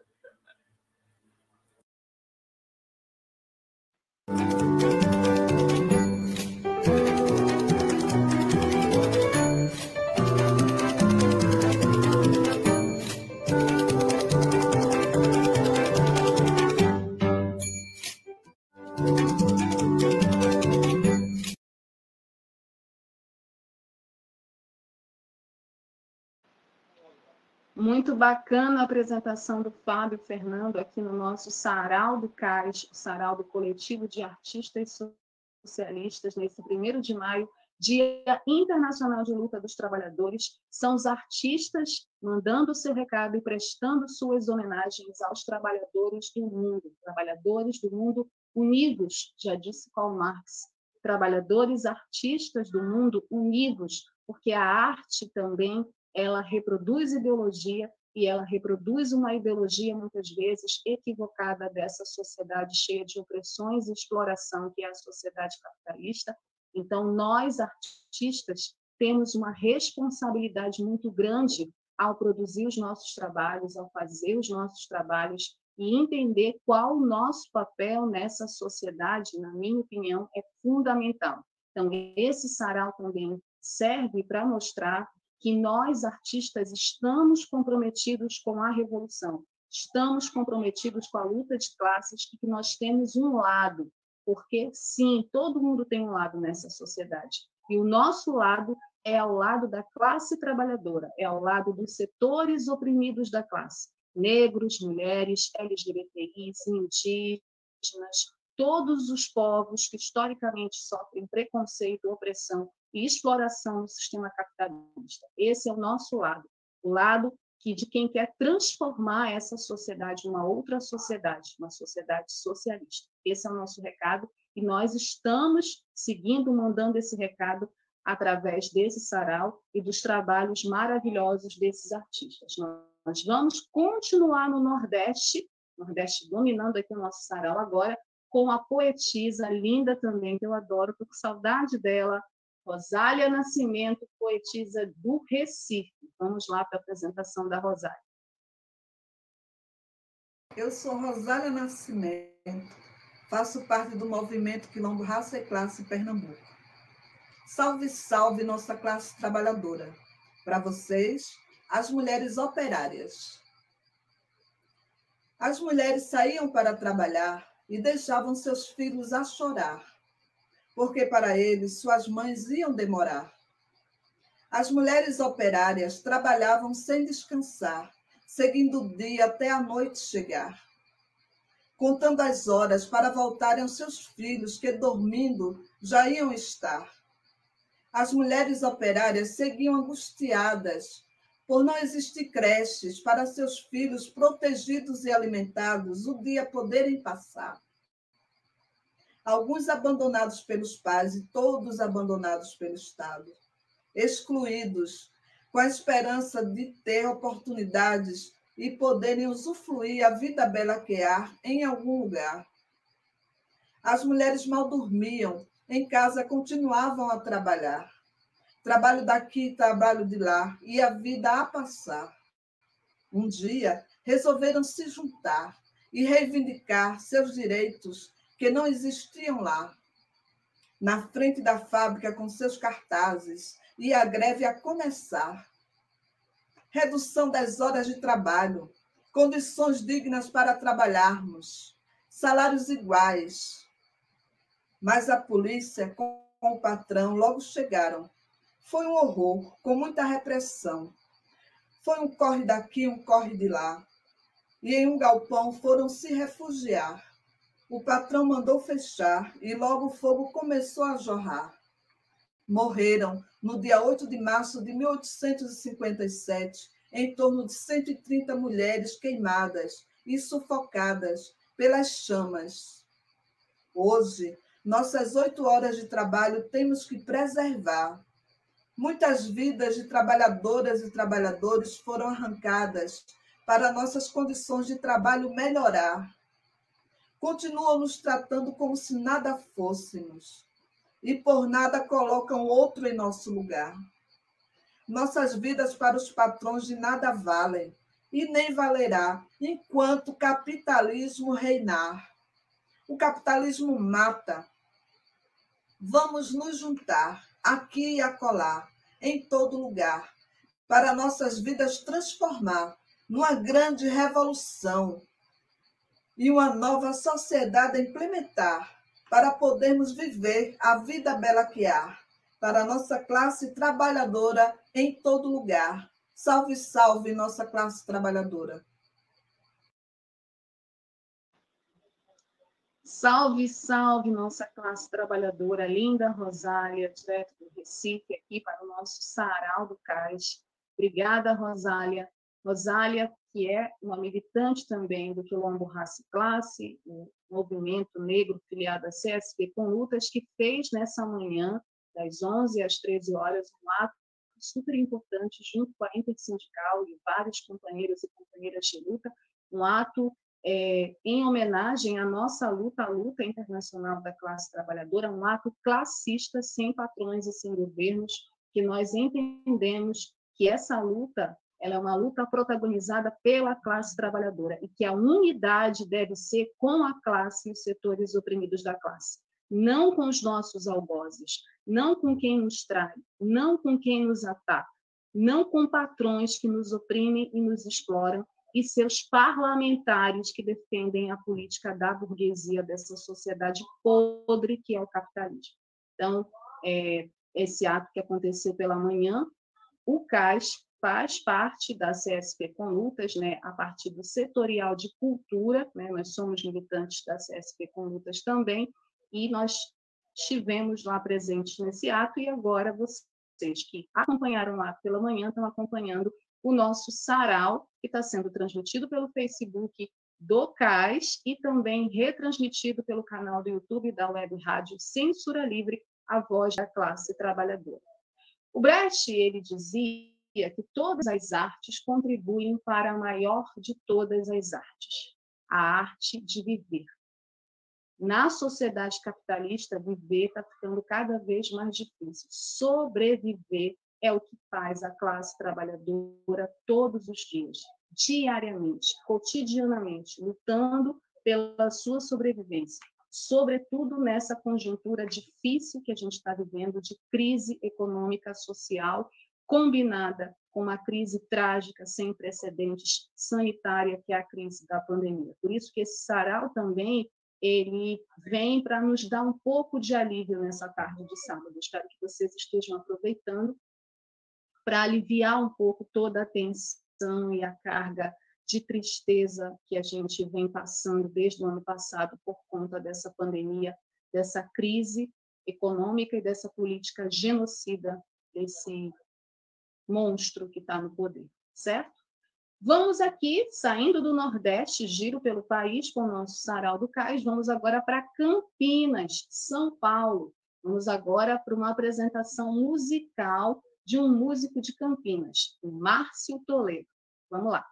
Muito bacana a apresentação do Fábio Fernando aqui no nosso Sarau do CAIS, o Sarau do Coletivo de Artistas Socialistas, nesse 1º de maio, Dia Internacional de Luta dos Trabalhadores. São os artistas mandando o seu recado e prestando suas homenagens aos trabalhadores do mundo unidos, já disse Karl Marx. Trabalhadores, artistas do mundo unidos, porque a arte também ela reproduz ideologia e ela reproduz uma ideologia muitas vezes equivocada dessa sociedade cheia de opressões e exploração que é a sociedade capitalista. Então, nós, artistas, temos uma responsabilidade muito grande ao produzir os nossos trabalhos, ao fazer os nossos trabalhos e entender qual o nosso papel nessa sociedade, na minha opinião, é fundamental. Então, esse sarau também serve para mostrar que nós, artistas, estamos comprometidos com a revolução, estamos comprometidos com a luta de classes e que nós temos um lado, porque, sim, todo mundo tem um lado nessa sociedade. E o nosso lado é ao lado da classe trabalhadora, é ao lado dos setores oprimidos da classe, negros, mulheres, LGBTIs, indígenas, todos os povos que historicamente sofrem preconceito, opressão e exploração no sistema capitalista. Esse é o nosso lado, o lado de quem quer transformar essa sociedade em uma outra sociedade, uma sociedade socialista. Esse é o nosso recado e nós estamos seguindo, mandando esse recado através desse sarau e dos trabalhos maravilhosos desses artistas. Nós vamos continuar no Nordeste dominando aqui o nosso sarau agora, com a poetisa linda também, que eu adoro, tô com saudade dela, Rosália Nascimento, poetisa do Recife. Vamos lá para a apresentação da Rosália. Eu sou Rosália Nascimento, faço parte do movimento Quilombo Raça e Classe Pernambuco. Salve, salve nossa classe trabalhadora. Para vocês, as mulheres operárias. As mulheres saíam para trabalhar e deixavam seus filhos a chorar, porque para eles suas mães iam demorar. As mulheres operárias trabalhavam sem descansar, seguindo o dia até a noite chegar, contando as horas para voltarem aos seus filhos que, dormindo, já iam estar. As mulheres operárias seguiam angustiadas por não existir creches para seus filhos protegidos e alimentados o dia poderem passar. Alguns abandonados pelos pais e todos abandonados pelo Estado, excluídos, com a esperança de ter oportunidades e poderem usufruir a vida bela que há em algum lugar. As mulheres mal dormiam, em casa continuavam a trabalhar. Trabalho daqui, trabalho de lá, e a vida a passar. Um dia, resolveram se juntar e reivindicar seus direitos que não existiam lá. Na frente da fábrica, com seus cartazes, e a greve a começar. Redução das horas de trabalho, condições dignas para trabalharmos, salários iguais. Mas a polícia com o patrão logo chegaram. Foi um horror, com muita repressão. Foi um corre daqui, um corre de lá. E em um galpão foram se refugiar. O patrão mandou fechar e logo o fogo começou a jorrar. Morreram, no dia 8 de março de 1857, em torno de 130 mulheres queimadas e sufocadas pelas chamas. Hoje, nossas 8 horas de trabalho temos que preservar. Muitas vidas de trabalhadoras e trabalhadores foram arrancadas para nossas condições de trabalho melhorar. Continuam nos tratando como se nada fôssemos e por nada colocam outro em nosso lugar. Nossas vidas para os patrões de nada valem e nem valerá enquanto o capitalismo reinar. O capitalismo mata. Vamos nos juntar, aqui e acolá, em todo lugar, para nossas vidas transformar numa grande revolução e uma nova sociedade a implementar para podermos viver a vida bela que há, para a nossa classe trabalhadora em todo lugar. Salve, salve, nossa classe trabalhadora. Salve, salve, nossa classe trabalhadora, linda Rosália, direto do Recife, aqui para o nosso Sarau do CAIS. Obrigada, Rosália. Rosália, que é uma militante também do Quilombo Raça e Classe, o movimento negro filiado à CSP com Lutas, que fez nessa manhã, das 11 às 13 horas, um ato super importante, junto com a Intersindical e vários companheiros e companheiras de luta, um ato em homenagem à nossa luta, a luta internacional da classe trabalhadora, um ato classista, sem patrões e sem governos, que nós entendemos que essa luta ela é uma luta protagonizada pela classe trabalhadora e que a unidade deve ser com a classe e os setores oprimidos da classe, não com os nossos algozes, não com quem nos trai, não com quem nos ataca, não com patrões que nos oprimem e nos exploram e seus parlamentares que defendem a política da burguesia, dessa sociedade podre que é o capitalismo. Então, esse ato que aconteceu pela manhã, o CAIS faz parte da CSP com Lutas, né, a partir do setorial de cultura, né, nós somos militantes da CSP com Lutas também, e nós estivemos lá presentes nesse ato, e agora vocês que acompanharam o ato pela manhã estão acompanhando o nosso sarau, que está sendo transmitido pelo Facebook do CAIS e também retransmitido pelo canal do YouTube da Web Rádio Censura Livre, a voz da classe trabalhadora. O Brecht, ele dizia que todas as artes contribuem para a maior de todas as artes, a arte de viver. Na sociedade capitalista, viver está ficando cada vez mais difícil. Sobreviver é o que faz a classe trabalhadora todos os dias, diariamente, cotidianamente, lutando pela sua sobrevivência, sobretudo nessa conjuntura difícil que a gente está vivendo, de crise econômica, social, combinada com uma crise trágica, sem precedentes, sanitária, que é a crise da pandemia. Por isso que esse sarau também ele vem para nos dar um pouco de alívio nessa tarde de sábado. Espero que vocês estejam aproveitando para aliviar um pouco toda a tensão e a carga de tristeza que a gente vem passando desde o ano passado por conta dessa pandemia, dessa crise econômica e dessa política genocida desse monstro que está no poder, certo? Vamos aqui, saindo do Nordeste, giro pelo país com o nosso Sarau do Cais, vamos agora para Campinas, São Paulo. Vamos agora para uma apresentação musical de um músico de Campinas, o Márcio Toledo. Vamos lá.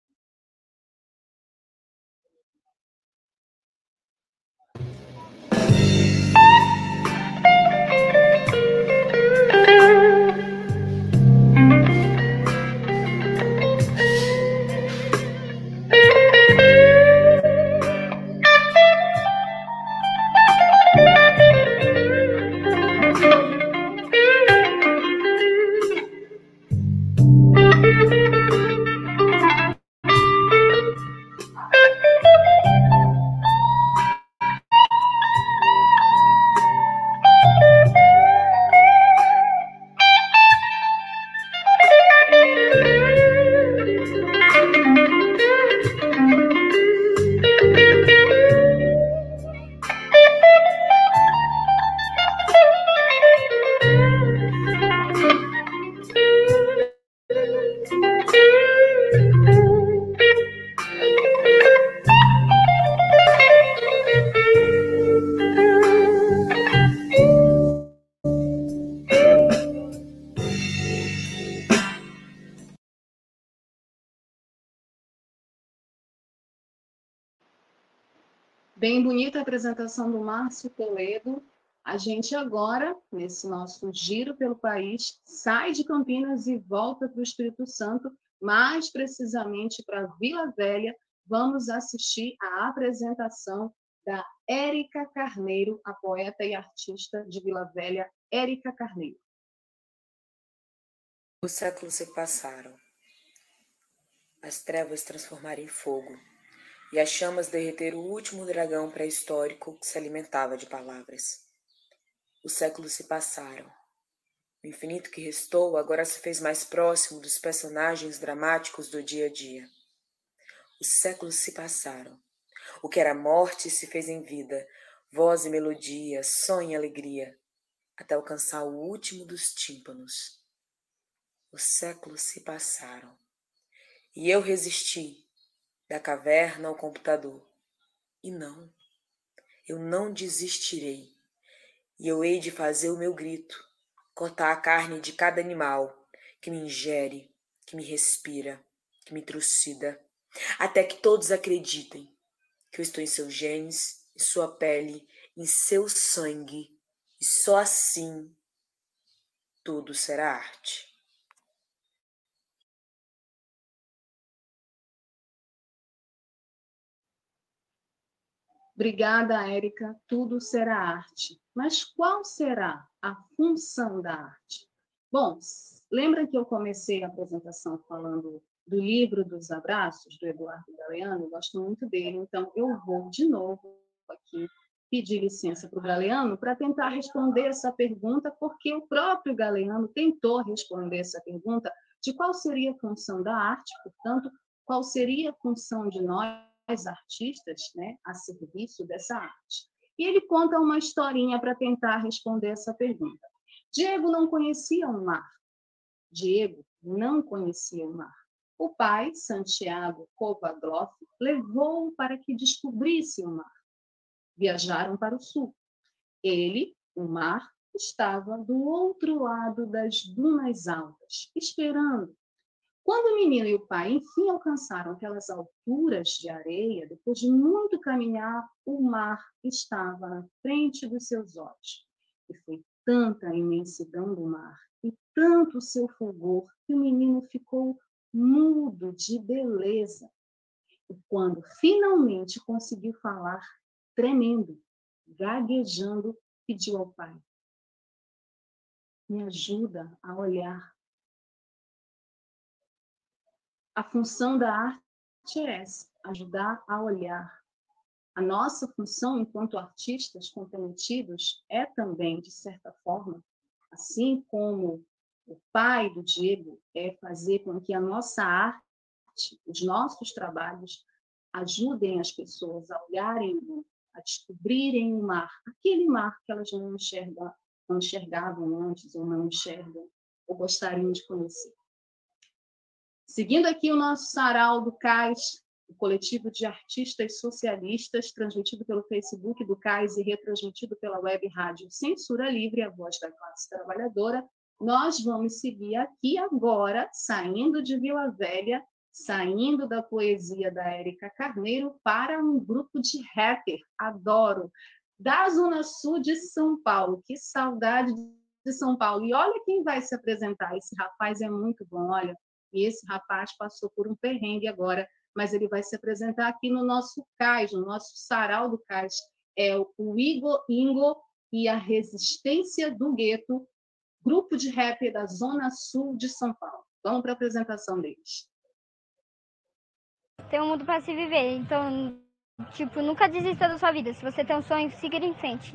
Bem bonita a apresentação do Márcio Toledo. A gente agora, nesse nosso giro pelo país, sai de Campinas e volta para o Espírito Santo, mais precisamente para Vila Velha. Vamos assistir à apresentação da Érica Carneiro, a poeta e artista de Vila Velha, Érica Carneiro. Os séculos se passaram. As trevas transformaram em fogo. E as chamas derreteram o último dragão pré-histórico que se alimentava de palavras. Os séculos se passaram. O infinito que restou agora se fez mais próximo dos personagens dramáticos do dia a dia. Os séculos se passaram. O que era morte se fez em vida, voz e melodia, sonho e alegria, até alcançar o último dos tímpanos. Os séculos se passaram. E eu resisti. Da caverna ao computador. E não, eu não desistirei. E eu hei de fazer o meu grito, cortar a carne de cada animal que me ingere, que me respira, que me trucida, até que todos acreditem que eu estou em seus genes, em sua pele, em seu sangue, e só assim tudo será arte. Obrigada, Érica. Tudo será arte. Mas qual será a função da arte? Bom, lembra que eu comecei a apresentação falando do livro dos abraços, do Eduardo Galeano? Eu gosto muito dele, então eu vou de novo aqui pedir licença para o Galeano para tentar responder essa pergunta, porque o próprio Galeano tentou responder essa pergunta de qual seria a função da arte, portanto, qual seria a função de nós, artistas, né, a serviço dessa arte. E ele conta uma historinha para tentar responder essa pergunta. Diego não conhecia o mar. Diego não conhecia o mar. O pai, Santiago Kovadlov, levou-o para que descobrisse o mar. Viajaram para o sul. Ele, o mar, estava do outro lado das dunas altas, esperando. Quando o menino e o pai, enfim, alcançaram aquelas alturas de areia, depois de muito caminhar, o mar estava na frente dos seus olhos. E foi tanta a imensidão do mar e tanto o seu fulgor que o menino ficou mudo de beleza. E quando finalmente conseguiu falar, tremendo, gaguejando, pediu ao pai: me ajuda a olhar. A função da arte é essa, ajudar a olhar. A nossa função enquanto artistas comprometidos é também, de certa forma, assim como o pai do Diego, é fazer com que a nossa arte, os nossos trabalhos, ajudem as pessoas a olharem, a descobrirem o mar, aquele mar que elas não enxergavam antes, ou não enxergam, ou gostariam de conhecer. Seguindo aqui o nosso sarau do CAIS, o coletivo de artistas socialistas, transmitido pelo Facebook do CAIS e retransmitido pela web rádio Censura Livre, a voz da classe trabalhadora, nós vamos seguir aqui agora, saindo de Vila Velha, saindo da poesia da Érica Carneiro, para um grupo de rapper, adoro, da Zona Sul de São Paulo. Que saudade de São Paulo. E olha quem vai se apresentar, esse rapaz é muito bom, olha. E esse rapaz passou por um perrengue agora, mas ele vai se apresentar aqui no nosso CAIS, no nosso sarau do CAIS. É o Igor Ingo e a Resistência do Gueto, grupo de rap da Zona Sul de São Paulo. Vamos para a apresentação deles. Tem um mundo para se viver, então, tipo, nunca desista da sua vida. Se você tem um sonho, siga em frente.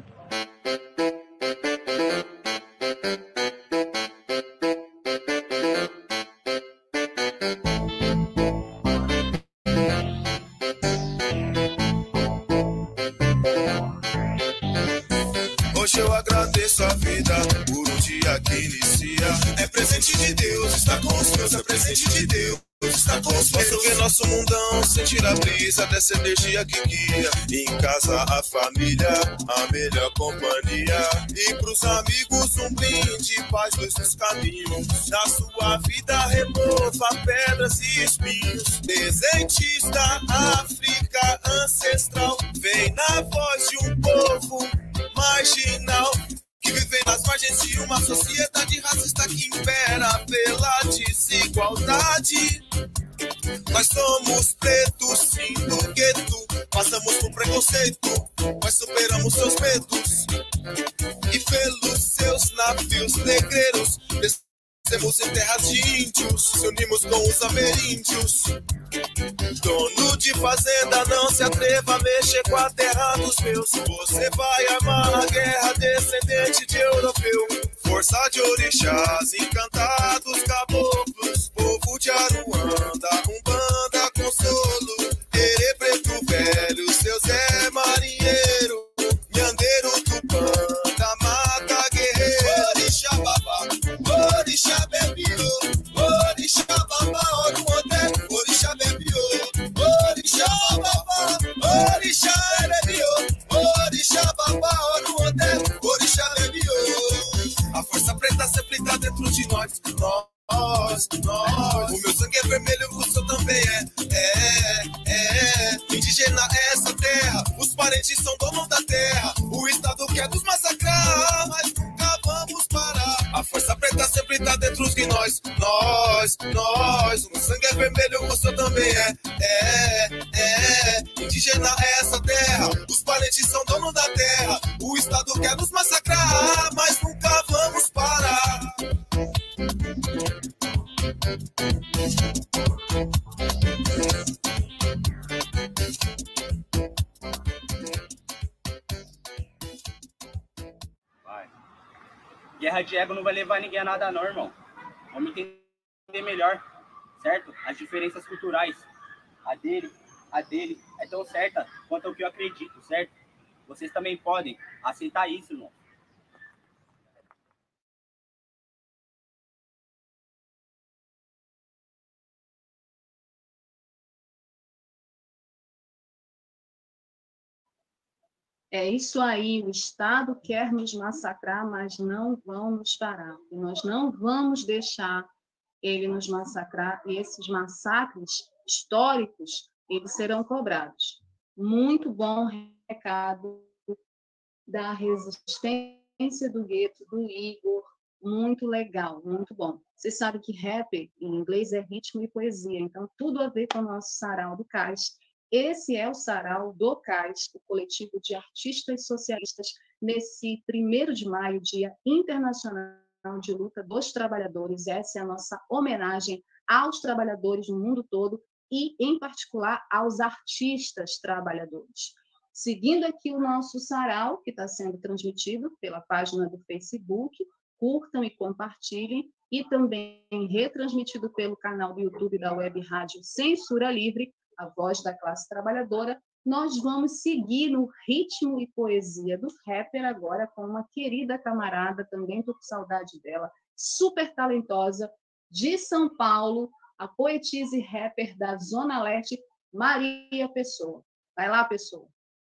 Hoje eu agradeço a vida por um dia que inicia. É presente de Deus, está com os meus, é presente de Deus. Está com os meus. Posso ver nosso mundão, sentir a brisa dessa energia que guia. Em casa a família, a melhor companhia. E pros amigos um brinde, paz, luz nos caminhos. Na sua vida remova pedras e espinhos. Presentes da África ancestral, vem na voz de um povo marginal, que vive nas margens de uma sociedade racista que impera pela desigualdade. Nós somos pretos, sim, do gueto. Passamos por preconceito, mas superamos seus medos. E pelos seus navios negreiros descemos em terras de índios, se unimos com os ameríndios. Dono de fazenda, não se atreva a mexer com a terra dos meus. Você vai armar a guerra, descendente de europeu. Força de orixás, encantados caboclos. Povo de Aruanda, Umbanda, Consolo. Erê preto velho, seu Zé Marinheiro. Nhandeiro Tupã, da mata guerreiro. Orixá babá, orixá bebiô. Orixá babá, oruandé. Orixá bebiô, orixá babá. Orixá bebiô, orixá babá, oruandé. Orixá bebiô. A força preta sempre tá dentro de nós. Nós. O meu sangue é vermelho, o seu também é. Indígena é essa terra, os parentes são donos da terra. O Estado quer nos massacrar, mas nunca vamos parar. A força preta sempre tá dentro de nós. O meu sangue é vermelho, o seu também é. Indígena é essa terra, os parentes são donos da terra. O Estado quer nos massacrar, mas nunca vamos parar. Vai. Guerra de ego não vai levar ninguém a nada não, irmão. Vamos entender melhor, certo? As diferenças culturais. A dele é tão certa quanto o que eu acredito, certo? Vocês também podem aceitar isso, irmão. É isso aí, o Estado quer nos massacrar, mas não vão nos parar. E nós não vamos deixar ele nos massacrar, e esses massacres históricos, eles serão cobrados. Muito bom recado da resistência do gueto, do Igor, muito legal, muito bom. Você sabe que rap, em inglês, é ritmo e poesia, então tudo a ver com o nosso sarau do CAIS. Esse é o sarau do CAIS, o coletivo de artistas socialistas, nesse 1º de maio, Dia Internacional de Luta dos Trabalhadores. Essa é a nossa homenagem aos trabalhadores no mundo todo e, em particular, aos artistas trabalhadores. Seguindo aqui o nosso sarau, que está sendo transmitido pela página do Facebook, curtam e compartilhem, e também retransmitido pelo canal do YouTube da Web Rádio Censura Livre, a voz da classe trabalhadora. Nós vamos seguir no ritmo e poesia do rapper agora com uma querida camarada, também estou com saudade dela, super talentosa, de São Paulo, a poetisa e rapper da Zona Leste, Maria Pessoa. Vai lá, Pessoa.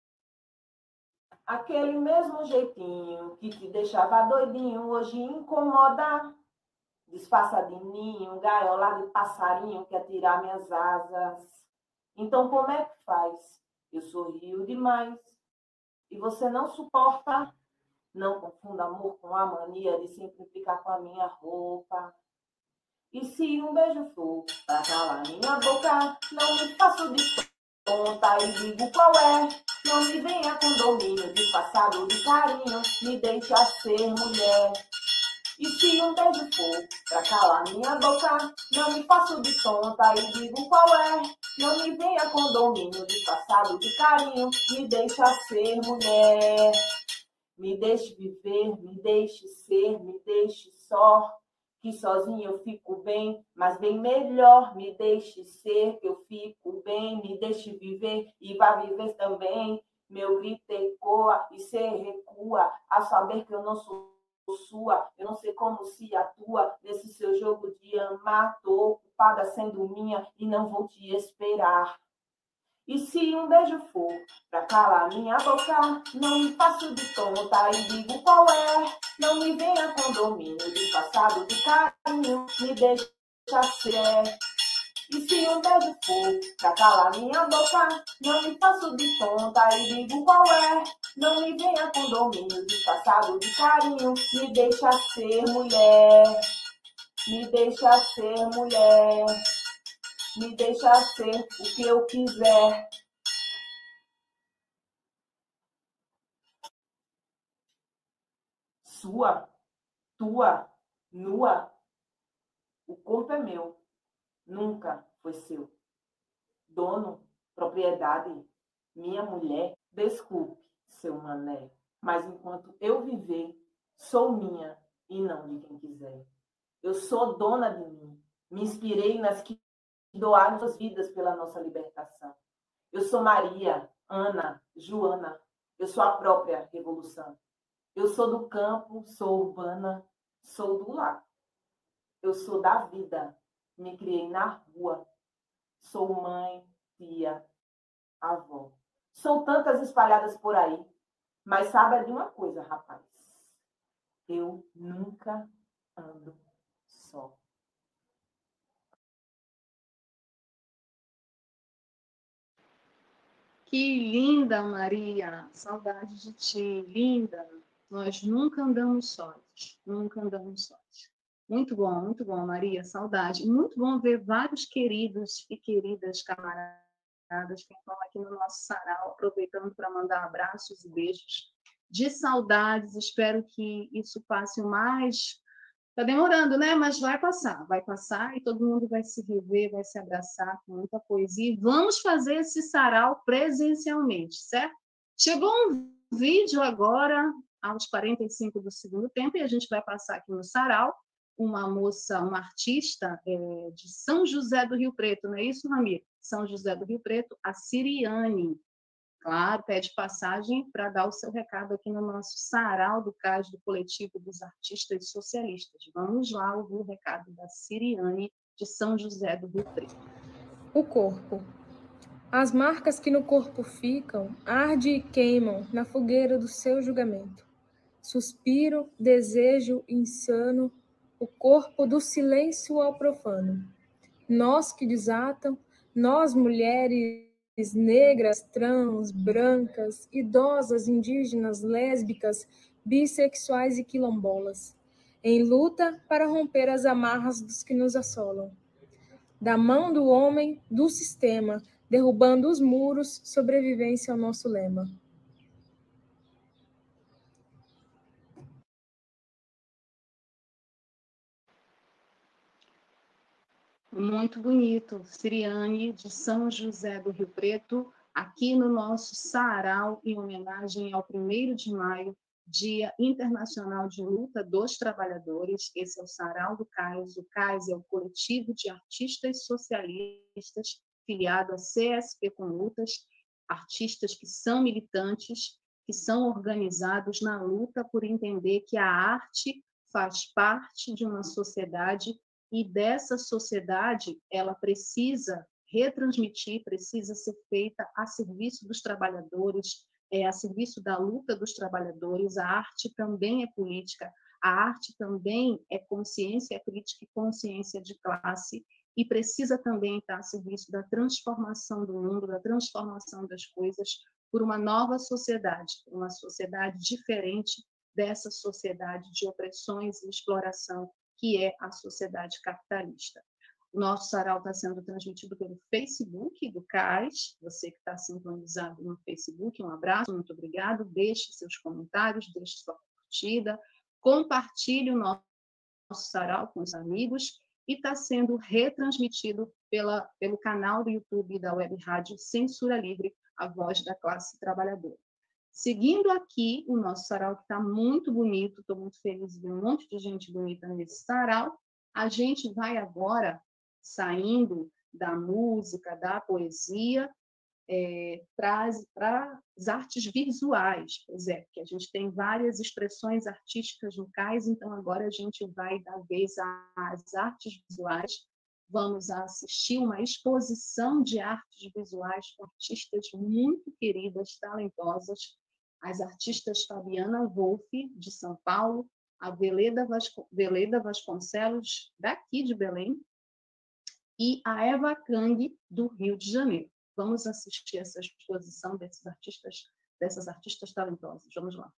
Aquele mesmo jeitinho que te deixava doidinho, hoje incomoda. Disfarça de ninho, gaiola de passarinho, quer tirar minhas asas. Então como é que faz? Eu sorrio demais e você não suporta. Não confunda amor com a mania de sempre ficar com a minha roupa. E se um beijo for pra calar minha boca, não me faço de tonta e digo qual é. Não me venha com domínio disfarçado de carinho, me deixa ser mulher. E se um beijo for pra calar minha boca, não me faço de tonta e digo qual é. Não me venha com domínio disfarçado de carinho, me deixa ser mulher. Me deixe viver, me deixe ser, me deixe só. Que sozinho eu fico bem, mas bem melhor. Me deixe ser, que eu fico bem. Me deixe viver e vá viver também. Meu grito ecoa e cê recua, a saber que eu não sou sua. Eu não sei como se atua nesse seu jogo de amar. Tô ocupada sendo minha e não vou te esperar. E se um beijo for pra calar minha boca, não me faço de tonta e digo qual é. Não me venha com domínio disfarçado de carinho, me deixa ser. E se um beijo for pra calar minha boca, não me faço de tonta e digo qual é. Não me venha com domínio disfarçado de carinho, me deixa ser mulher. Me deixa ser mulher. Me deixa ser o que eu quiser. Sua, tua, nua. O corpo é meu, nunca foi seu. Dono, propriedade, minha mulher. Desculpe, seu mané, mas enquanto eu viver, sou minha e não de quem quiser. Eu sou dona de mim. Me inspirei nas que doaram suas vidas pela nossa libertação. Eu sou Maria, Ana, Joana. Eu sou a própria revolução. Eu sou do campo, sou urbana, sou do lar. Eu sou da vida, me criei na rua. Sou mãe, tia, avó. Sou tantas espalhadas por aí, mas saiba de uma coisa, rapaz. Eu nunca ando só. Que linda, Maria! Saudade de ti, linda! Nós nunca andamos sós, nunca andamos sós. Muito bom, Maria, saudade. Muito bom ver vários queridos e queridas camaradas que estão aqui no nosso sarau, aproveitando para mandar abraços e beijos de saudades. Espero que isso passe o mais... Está demorando, né? Mas vai passar e todo mundo vai se rever, vai se abraçar com muita poesia. E vamos fazer esse sarau presencialmente, certo? Chegou um vídeo agora, aos 45 do segundo tempo, e a gente vai passar aqui no sarau uma moça, uma artista de São José do Rio Preto, não é isso, Ramiro? São José do Rio Preto, a Siriane. Claro, pede passagem para dar o seu recado aqui no nosso sarau do CAIS, do Coletivo dos Artistas Socialistas. Vamos lá ouvir o recado da Siriane, de São José do Rio Preto. O corpo. As marcas que no corpo ficam, ardem e queimam na fogueira do seu julgamento. Suspiro, desejo insano, o corpo do silêncio ao profano. Nós que desatam, nós mulheres negras, trans, brancas, idosas, indígenas, lésbicas, bissexuais e quilombolas, em luta para romper as amarras dos que nos assolam. Da mão do homem, do sistema, derrubando os muros, sobrevivência ao nosso lema. Muito bonito, Siriane, de São José do Rio Preto, aqui no nosso sarau, em homenagem ao 1º de maio, Dia Internacional de Luta dos Trabalhadores. Esse é o sarau do CAIS. O CAIS é o coletivo de artistas socialistas filiado à CSP com Lutas, artistas que são militantes, que são organizados na luta por entender que a arte faz parte de uma sociedade e dessa sociedade ela precisa retransmitir, precisa ser feita a serviço dos trabalhadores, a serviço da luta dos trabalhadores. A arte também é política, a arte também é consciência, é crítica e consciência de classe, e precisa também estar a serviço da transformação do mundo, da transformação das coisas por uma nova sociedade, uma sociedade diferente dessa sociedade de opressões e exploração que é a sociedade capitalista. O nosso sarau está sendo transmitido pelo Facebook do CAIS. Você que está sintonizado no Facebook, um abraço, muito obrigado. Deixe seus comentários, deixe sua curtida, compartilhe o nosso sarau com os amigos, e está sendo retransmitido pelo canal do YouTube da Web Rádio Censura Livre, a voz da classe trabalhadora. Seguindo aqui o nosso sarau, que está muito bonito, estou muito feliz de ver um monte de gente bonita nesse sarau. A gente vai agora, saindo da música, da poesia, para as artes visuais. Pois é, porque a gente tem várias expressões artísticas no CAIS, então agora a gente vai dar vez às artes visuais. Vamos assistir uma exposição de artes visuais com artistas muito queridas, talentosas, as artistas Fabiana Wolff, de São Paulo, a Veleda Vasconcelos, daqui de Belém, e a Eva Kang, do Rio de Janeiro. Vamos assistir essa exposição dessas artistas talentosas. Vamos lá.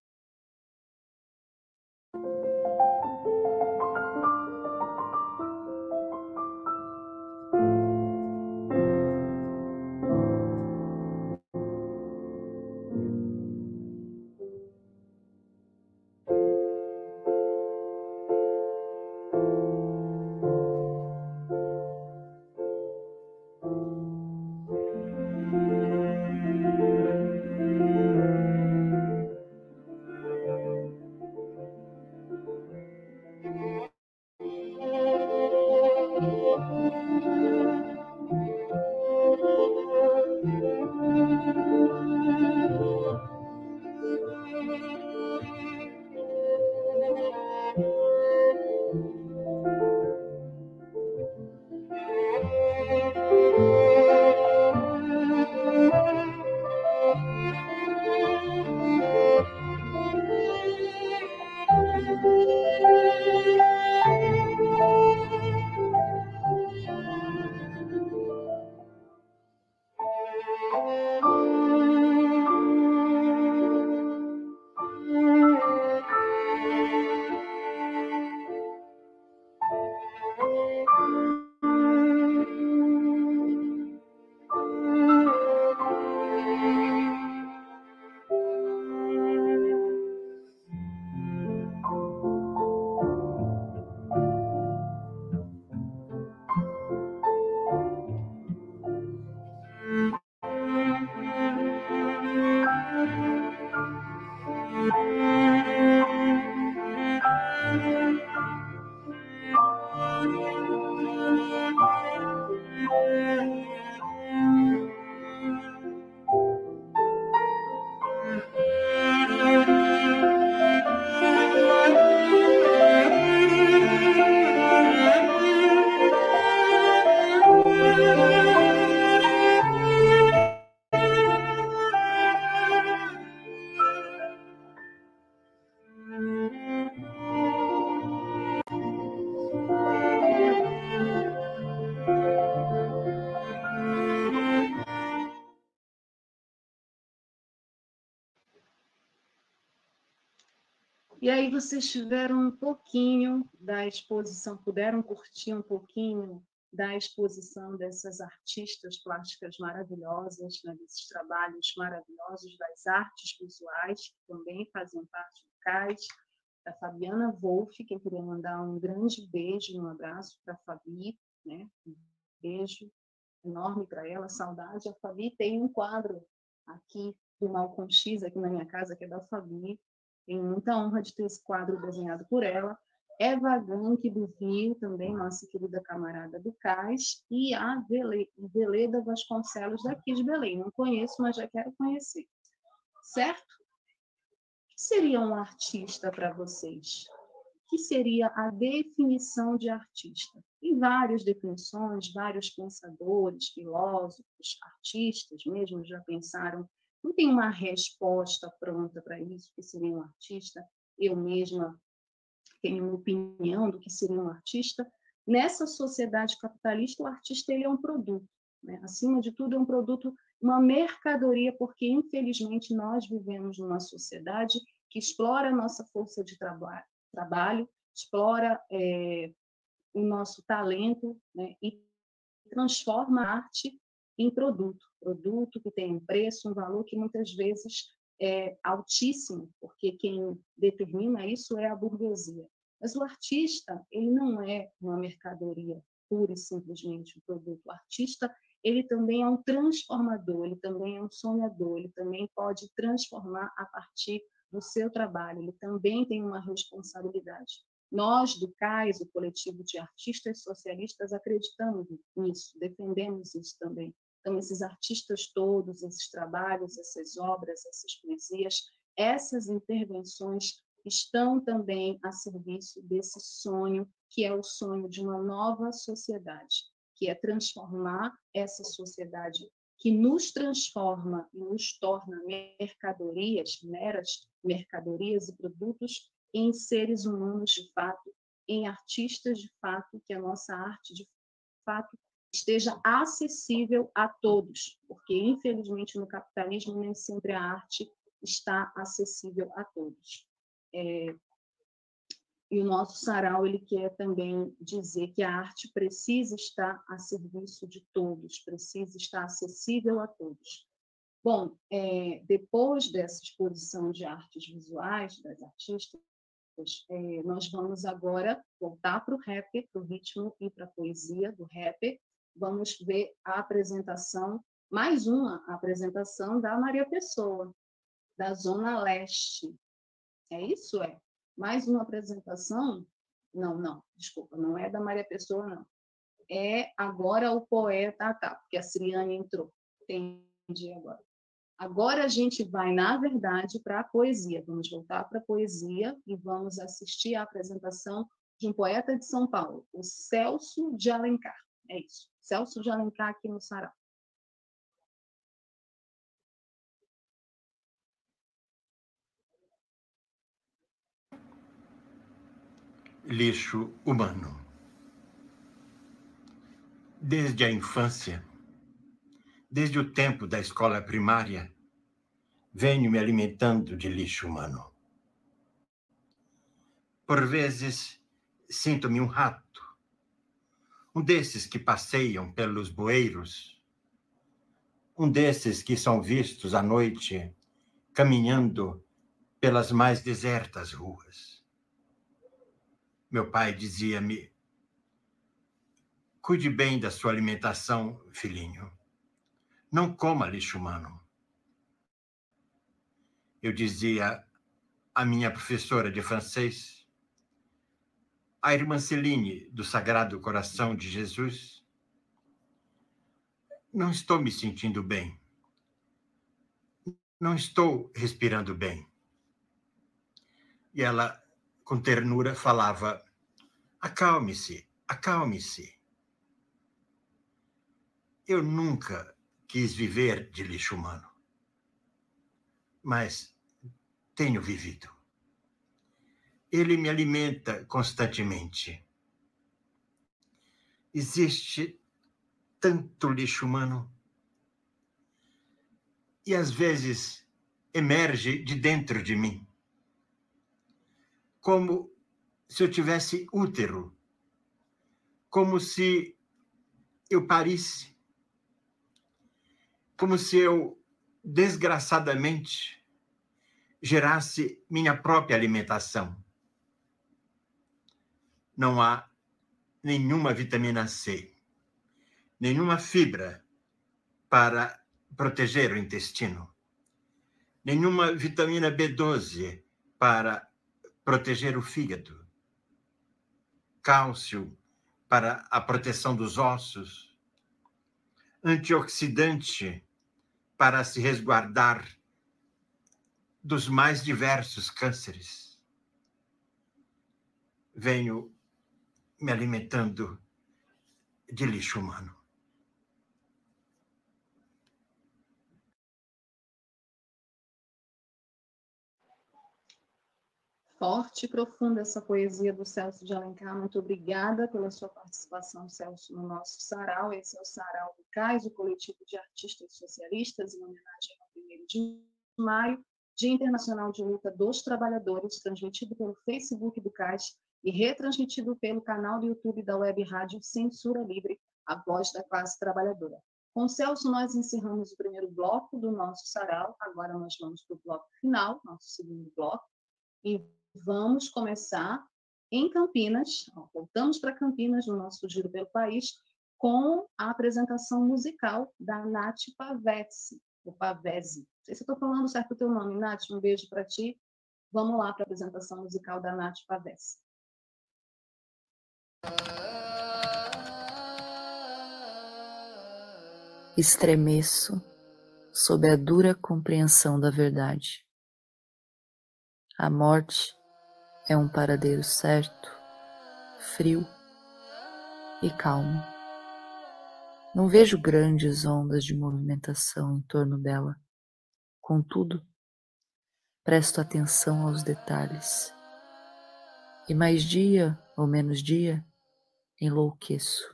E aí vocês tiveram um pouquinho da exposição, puderam curtir um pouquinho da exposição dessas artistas plásticas maravilhosas, né, desses trabalhos maravilhosos das artes visuais, que também fazem parte do CAIS, da Fabiana Wolff, que eu queria mandar um grande beijo, um abraço para a Fabi, né? Um beijo enorme para ela, saudade. A Fabi tem um quadro aqui do Malcolm X, aqui na minha casa, que é da Fabi. Tenho muita honra de ter esse quadro desenhado por ela. Eva Gank, do Rio, também, nossa querida camarada do CAIS, e a Veleda Vasconcelos, daqui de Belém. Não conheço, mas já quero conhecer. Certo? O que seria um artista para vocês? O que seria a definição de artista? Tem várias definições, vários pensadores, filósofos, artistas mesmo já pensaram. Não tem uma resposta pronta para isso, o que seria um artista. Eu mesma tenho uma opinião do que seria um artista. Nessa sociedade capitalista, o artista ele é um produto, né? Acima de tudo, é um produto, uma mercadoria, porque, infelizmente, nós vivemos numa sociedade que explora a nossa força de trabalho, explora o nosso talento, né? E transforma a arte em produto que tem um preço, um valor que muitas vezes é altíssimo, porque quem determina isso é a burguesia. Mas o artista, ele não é uma mercadoria pura e simplesmente um produto. O artista, ele também é um transformador, ele também é um sonhador, ele também pode transformar a partir do seu trabalho, ele também tem uma responsabilidade. Nós, do CAIS, o Coletivo de Artistas Socialistas, acreditamos nisso, defendemos isso também. Então, esses artistas todos, esses trabalhos, essas obras, essas poesias, essas intervenções estão também a serviço desse sonho, que é o sonho de uma nova sociedade, que é transformar essa sociedade que nos transforma e nos torna mercadorias, meras mercadorias e produtos, em seres humanos de fato, em artistas de fato, que a nossa arte de fato esteja acessível a todos, porque infelizmente no capitalismo nem sempre a arte está acessível a todos. E o nosso sarau ele quer também dizer que a arte precisa estar a serviço de todos, precisa estar acessível a todos. Bom, depois dessa exposição de artes visuais das artistas, nós vamos agora voltar para o rap, para o ritmo e para a poesia do rap. Vamos ver a apresentação, mais uma apresentação da Maria Pessoa, da Zona Leste. É isso? Mais uma apresentação? Não, desculpa, não é da Maria Pessoa, não. É agora o poeta, porque a Siriane entrou. Entendi agora. Agora a gente vai, na verdade, para a poesia. Vamos voltar para a poesia e vamos assistir à apresentação de um poeta de São Paulo, o Celso de Alencar. É isso, Celso de Alencar aqui no sarau. Lixo humano. Desde a infância, desde o tempo da escola primária, venho me alimentando de lixo humano. Por vezes, sinto-me um rato, um desses que passeiam pelos bueiros, um desses que são vistos à noite caminhando pelas mais desertas ruas. Meu pai dizia-me: cuide bem da sua alimentação, filhinho. Não coma lixo humano. Eu dizia à minha professora de francês, a irmã Celine, do Sagrado Coração de Jesus, não estou me sentindo bem. Não estou respirando bem. E ela, com ternura, falava: acalme-se, acalme-se. Eu nunca quis viver de lixo humano, mas tenho vivido. Ele me alimenta constantemente. Existe tanto lixo humano e, às vezes, emerge de dentro de mim. como se eu tivesse útero, como se eu parisse, como se eu, desgraçadamente, gerasse minha própria alimentação. Não há nenhuma vitamina C, nenhuma fibra para proteger o intestino, nenhuma vitamina B12 para proteger o fígado, cálcio para a proteção dos ossos, antioxidante para se resguardar dos mais diversos cânceres. Venho me alimentando de lixo humano. Forte e profunda essa poesia do Celso de Alencar. Muito obrigada pela sua participação, Celso, no nosso sarau. Esse é o Sarau do CAIS, o Coletivo de Artistas Socialistas, em homenagem ao 1º de maio, Dia Internacional de Luta dos Trabalhadores, transmitido pelo Facebook do CAIS e retransmitido pelo canal do YouTube da Web Rádio Censura Livre, a voz da classe trabalhadora. Com Celso, nós encerramos o primeiro bloco do nosso sarau. Agora nós vamos para o bloco final, nosso segundo bloco, e vamos começar em Campinas. Voltamos para Campinas, no nosso giro pelo país, com a apresentação musical da Nath Pavese, ou Pavese. Não sei se eu estou falando certo o teu nome, Nath, um beijo para ti. Vamos lá para a apresentação musical da Nath Pavese. Estremeço sob a dura compreensão da verdade. A morte é um paradeiro certo, frio e calmo. Não vejo grandes ondas de movimentação em torno dela. Contudo, presto atenção aos detalhes. E mais dia ou menos dia, enlouqueço.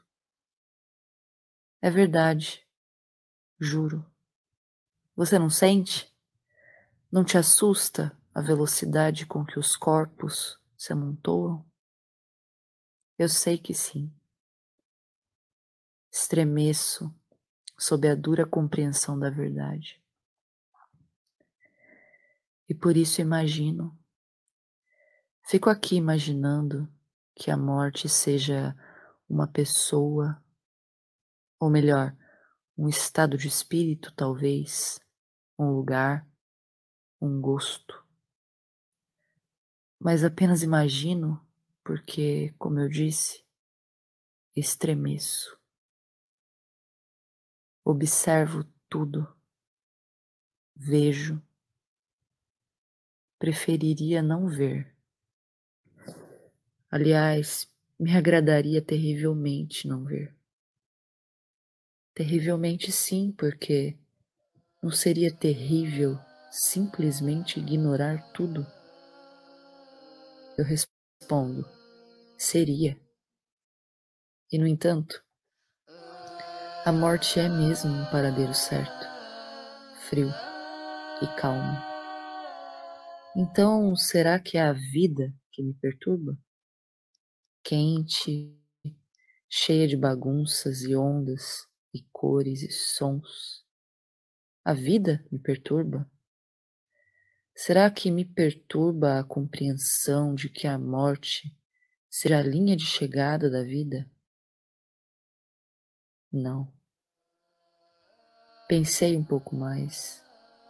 É verdade, juro. Você não sente? Não te assusta a velocidade com que os corpos se amontoam? Eu sei que sim. Estremeço sob a dura compreensão da verdade. E por isso imagino. Fico aqui imaginando que a morte seja uma pessoa, ou melhor, um estado de espírito, talvez, um lugar, um gosto. Mas apenas imagino porque, como eu disse, estremeço. Observo tudo. Vejo. Preferiria não ver. Aliás, me agradaria terrivelmente não ver. Terrivelmente sim, porque não seria terrível simplesmente ignorar tudo? Eu respondo, seria. E, no entanto, a morte é mesmo um paradeiro certo, frio e calmo. Então, será que é a vida que me perturba? Quente, cheia de bagunças e ondas e cores e sons. A vida me perturba? Será que me perturba a compreensão de que a morte será a linha de chegada da vida? Não. Pensei um pouco mais.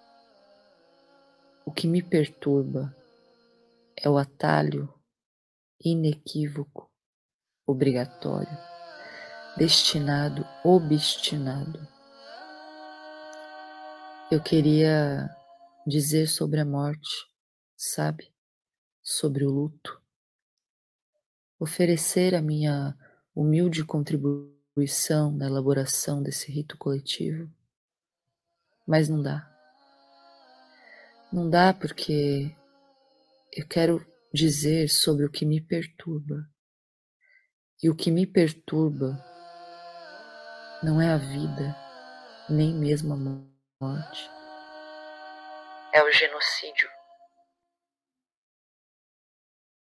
O que me perturba é o atalho inequívoco, obrigatório, destinado, obstinado. Eu queria dizer sobre a morte, sabe? Sobre o luto. Oferecer a minha humilde contribuição na elaboração desse rito coletivo. Mas não dá. Não dá porque eu quero dizer sobre o que me perturba. E o que me perturba não é a vida, nem mesmo a morte. É o genocídio.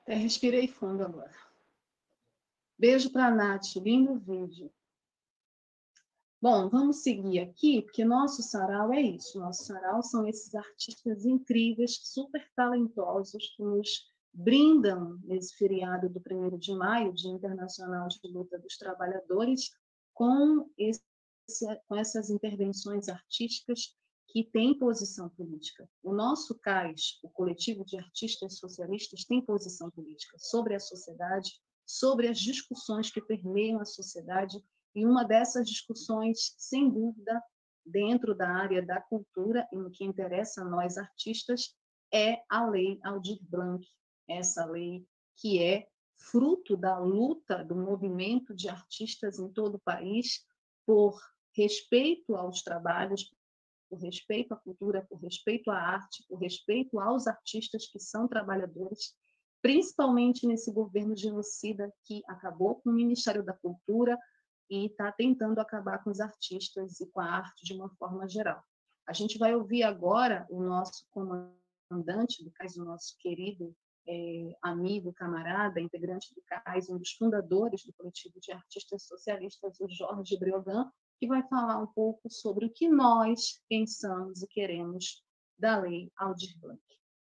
Até respirei fundo agora. Beijo para a Nath, lindo vídeo. Bom, vamos seguir aqui, porque nosso sarau é isso. Nosso sarau são esses artistas incríveis, super talentosos, que nos brindam nesse feriado do 1º de maio, Dia Internacional de Luta dos Trabalhadores, com essas intervenções artísticas que têm posição política. O nosso CAIS, o Coletivo de Artistas Socialistas, tem posição política sobre a sociedade, sobre as discussões que permeiam a sociedade, e uma dessas discussões, sem dúvida, dentro da área da cultura, e no que interessa a nós artistas, é a Lei Aldir Blanc, essa lei que é fruto da luta do movimento de artistas em todo o país por respeito aos trabalhos, por respeito à cultura, por respeito à arte, por respeito aos artistas que são trabalhadores, principalmente nesse governo genocida que acabou com o Ministério da Cultura e está tentando acabar com os artistas e com a arte de uma forma geral. A gente vai ouvir agora o nosso comandante do CAIS, o nosso querido amigo, camarada, integrante do CAIS, um dos fundadores do Coletivo de Artistas Socialistas, o Jorge Breoghan, que vai falar um pouco sobre o que nós pensamos e queremos da Lei Aldir Blanc.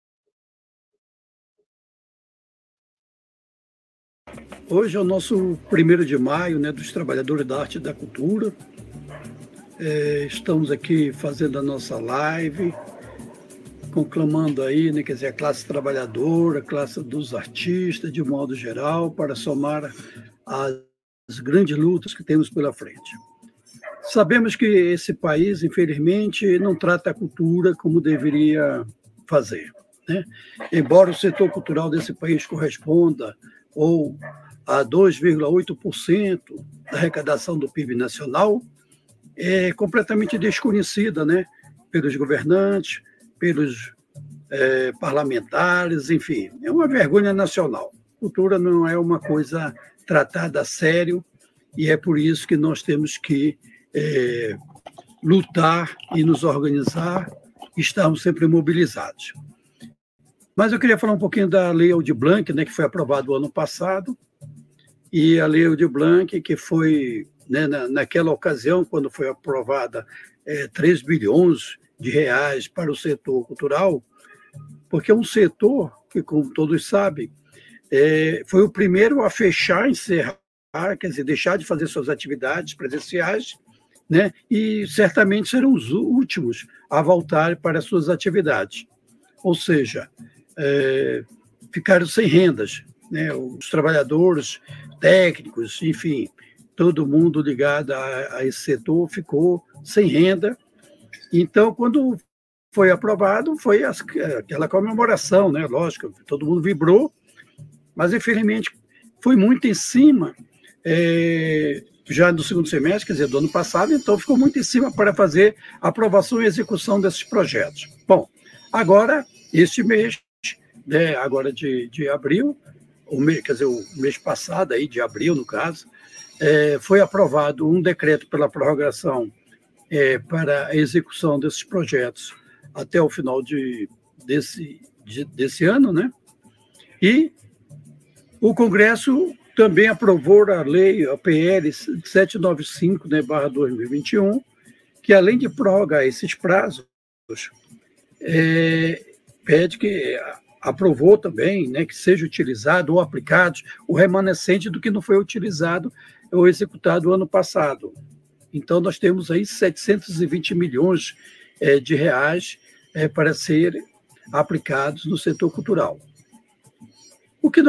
Hoje é o nosso 1º de maio, né, dos Trabalhadores da Arte e da Cultura. Estamos aqui fazendo a nossa live, conclamando aí, né, quer dizer, a classe trabalhadora, a classe dos artistas, de modo geral, para somar as grandes lutas que temos pela frente. Sabemos que esse país, infelizmente, não trata a cultura como deveria fazer, né? Embora o setor cultural desse país corresponda ou a 2,8% da arrecadação do PIB nacional, é completamente desconhecida, né, pelos governantes, pelos parlamentares, enfim, é uma vergonha nacional. Cultura não é uma coisa tratada a sério e é por isso que nós temos que lutar e nos organizar, estarmos sempre mobilizados. Mas eu queria falar um pouquinho da Lei Aldir Blanc, né, que foi aprovada o ano passado, e a Lei Aldir Blanc, que foi, né, naquela ocasião, quando foi aprovada 3 bilhões de reais para o setor cultural, porque é um setor que, como todos sabem, foi o primeiro a fechar, encerrar, quer dizer, deixar de fazer suas atividades presenciais, né, e certamente serão os últimos a voltar para as suas atividades. Ou seja, ficaram sem rendas, né? Os trabalhadores, técnicos, enfim, todo mundo ligado a esse setor ficou sem renda. Então, quando foi aprovado, foi aquela comemoração, né? Lógico, todo mundo vibrou, mas, infelizmente, foi muito em cima, já no segundo semestre, quer dizer, do ano passado, então ficou muito em cima para fazer a aprovação e execução desses projetos. Bom, agora, este mês, né, agora de abril, quer dizer, o mês passado, aí, de abril, no caso, foi aprovado um decreto pela prorrogação para a execução desses projetos até o final desse ano, né? E o Congresso também aprovou a lei, a PL 795, né, /2021, que, além de prorrogar esses prazos, pede que aprovou também, né, que seja utilizado ou aplicado o remanescente do que não foi utilizado ou executado ano passado. Então, nós temos aí 720 milhões de reais para serem aplicados no setor cultural. O que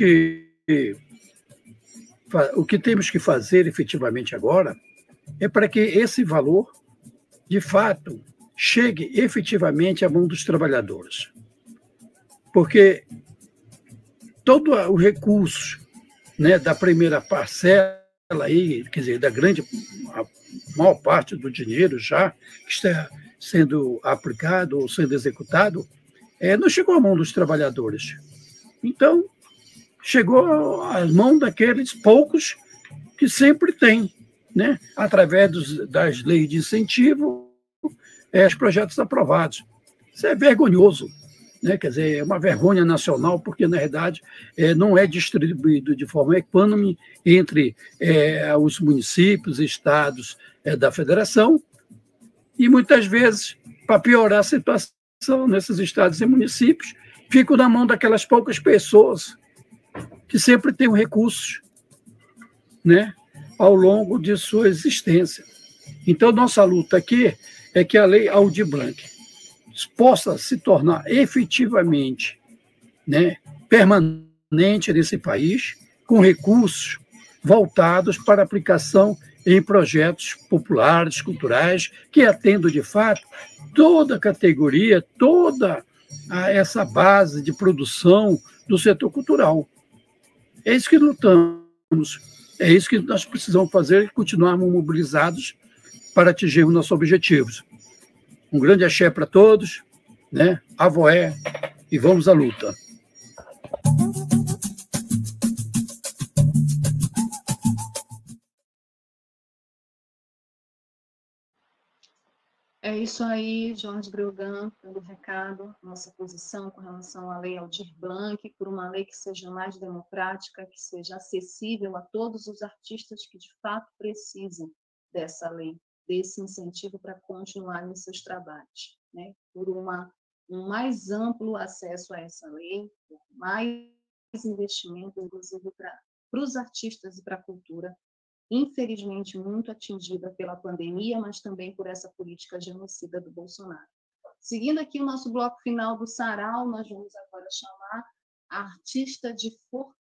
temos que fazer efetivamente agora é para que esse valor, de fato, chegue efetivamente à mão dos trabalhadores. Porque todos os recursos, né, da primeira parcela, aí, quer dizer, a maior parte do dinheiro já que está sendo aplicado ou sendo executado, não chegou à mão dos trabalhadores. Então, chegou às mãos daqueles poucos que sempre têm, né, através das leis de incentivo, os projetos aprovados. Isso é vergonhoso. né? Quer dizer, é uma vergonha nacional, porque, na verdade, não é distribuído de forma equânime entre os municípios e estados da federação, e, muitas vezes, para piorar a situação nesses estados e municípios, ficam na mão daquelas poucas pessoas que sempre têm recursos, né, ao longo de sua existência. Então, nossa luta aqui é que a Lei Aldir Blanc possa se tornar efetivamente, né, permanente nesse país, com recursos voltados para aplicação em projetos populares, culturais, que atendam, de fato, toda a categoria, toda essa base de produção do setor cultural. É isso que lutamos, é isso que nós precisamos fazer e continuarmos mobilizados para atingirmos nossos objetivos. Um grande axé para todos, né? Avoé, e vamos à luta. É isso aí, Jorge Breogan, dando recado, nossa posição com relação à Lei Aldir Blanc, por uma lei que seja mais democrática, que seja acessível a todos os artistas que, de fato, precisam dessa lei, desse incentivo para continuarem seus trabalhos, né? Por um mais amplo acesso a essa lei, por mais investimento, inclusive, para os artistas e para a cultura, infelizmente muito atingida pela pandemia, mas também por essa política genocida do Bolsonaro. Seguindo aqui o nosso bloco final do Sarau, nós vamos agora chamar a artista de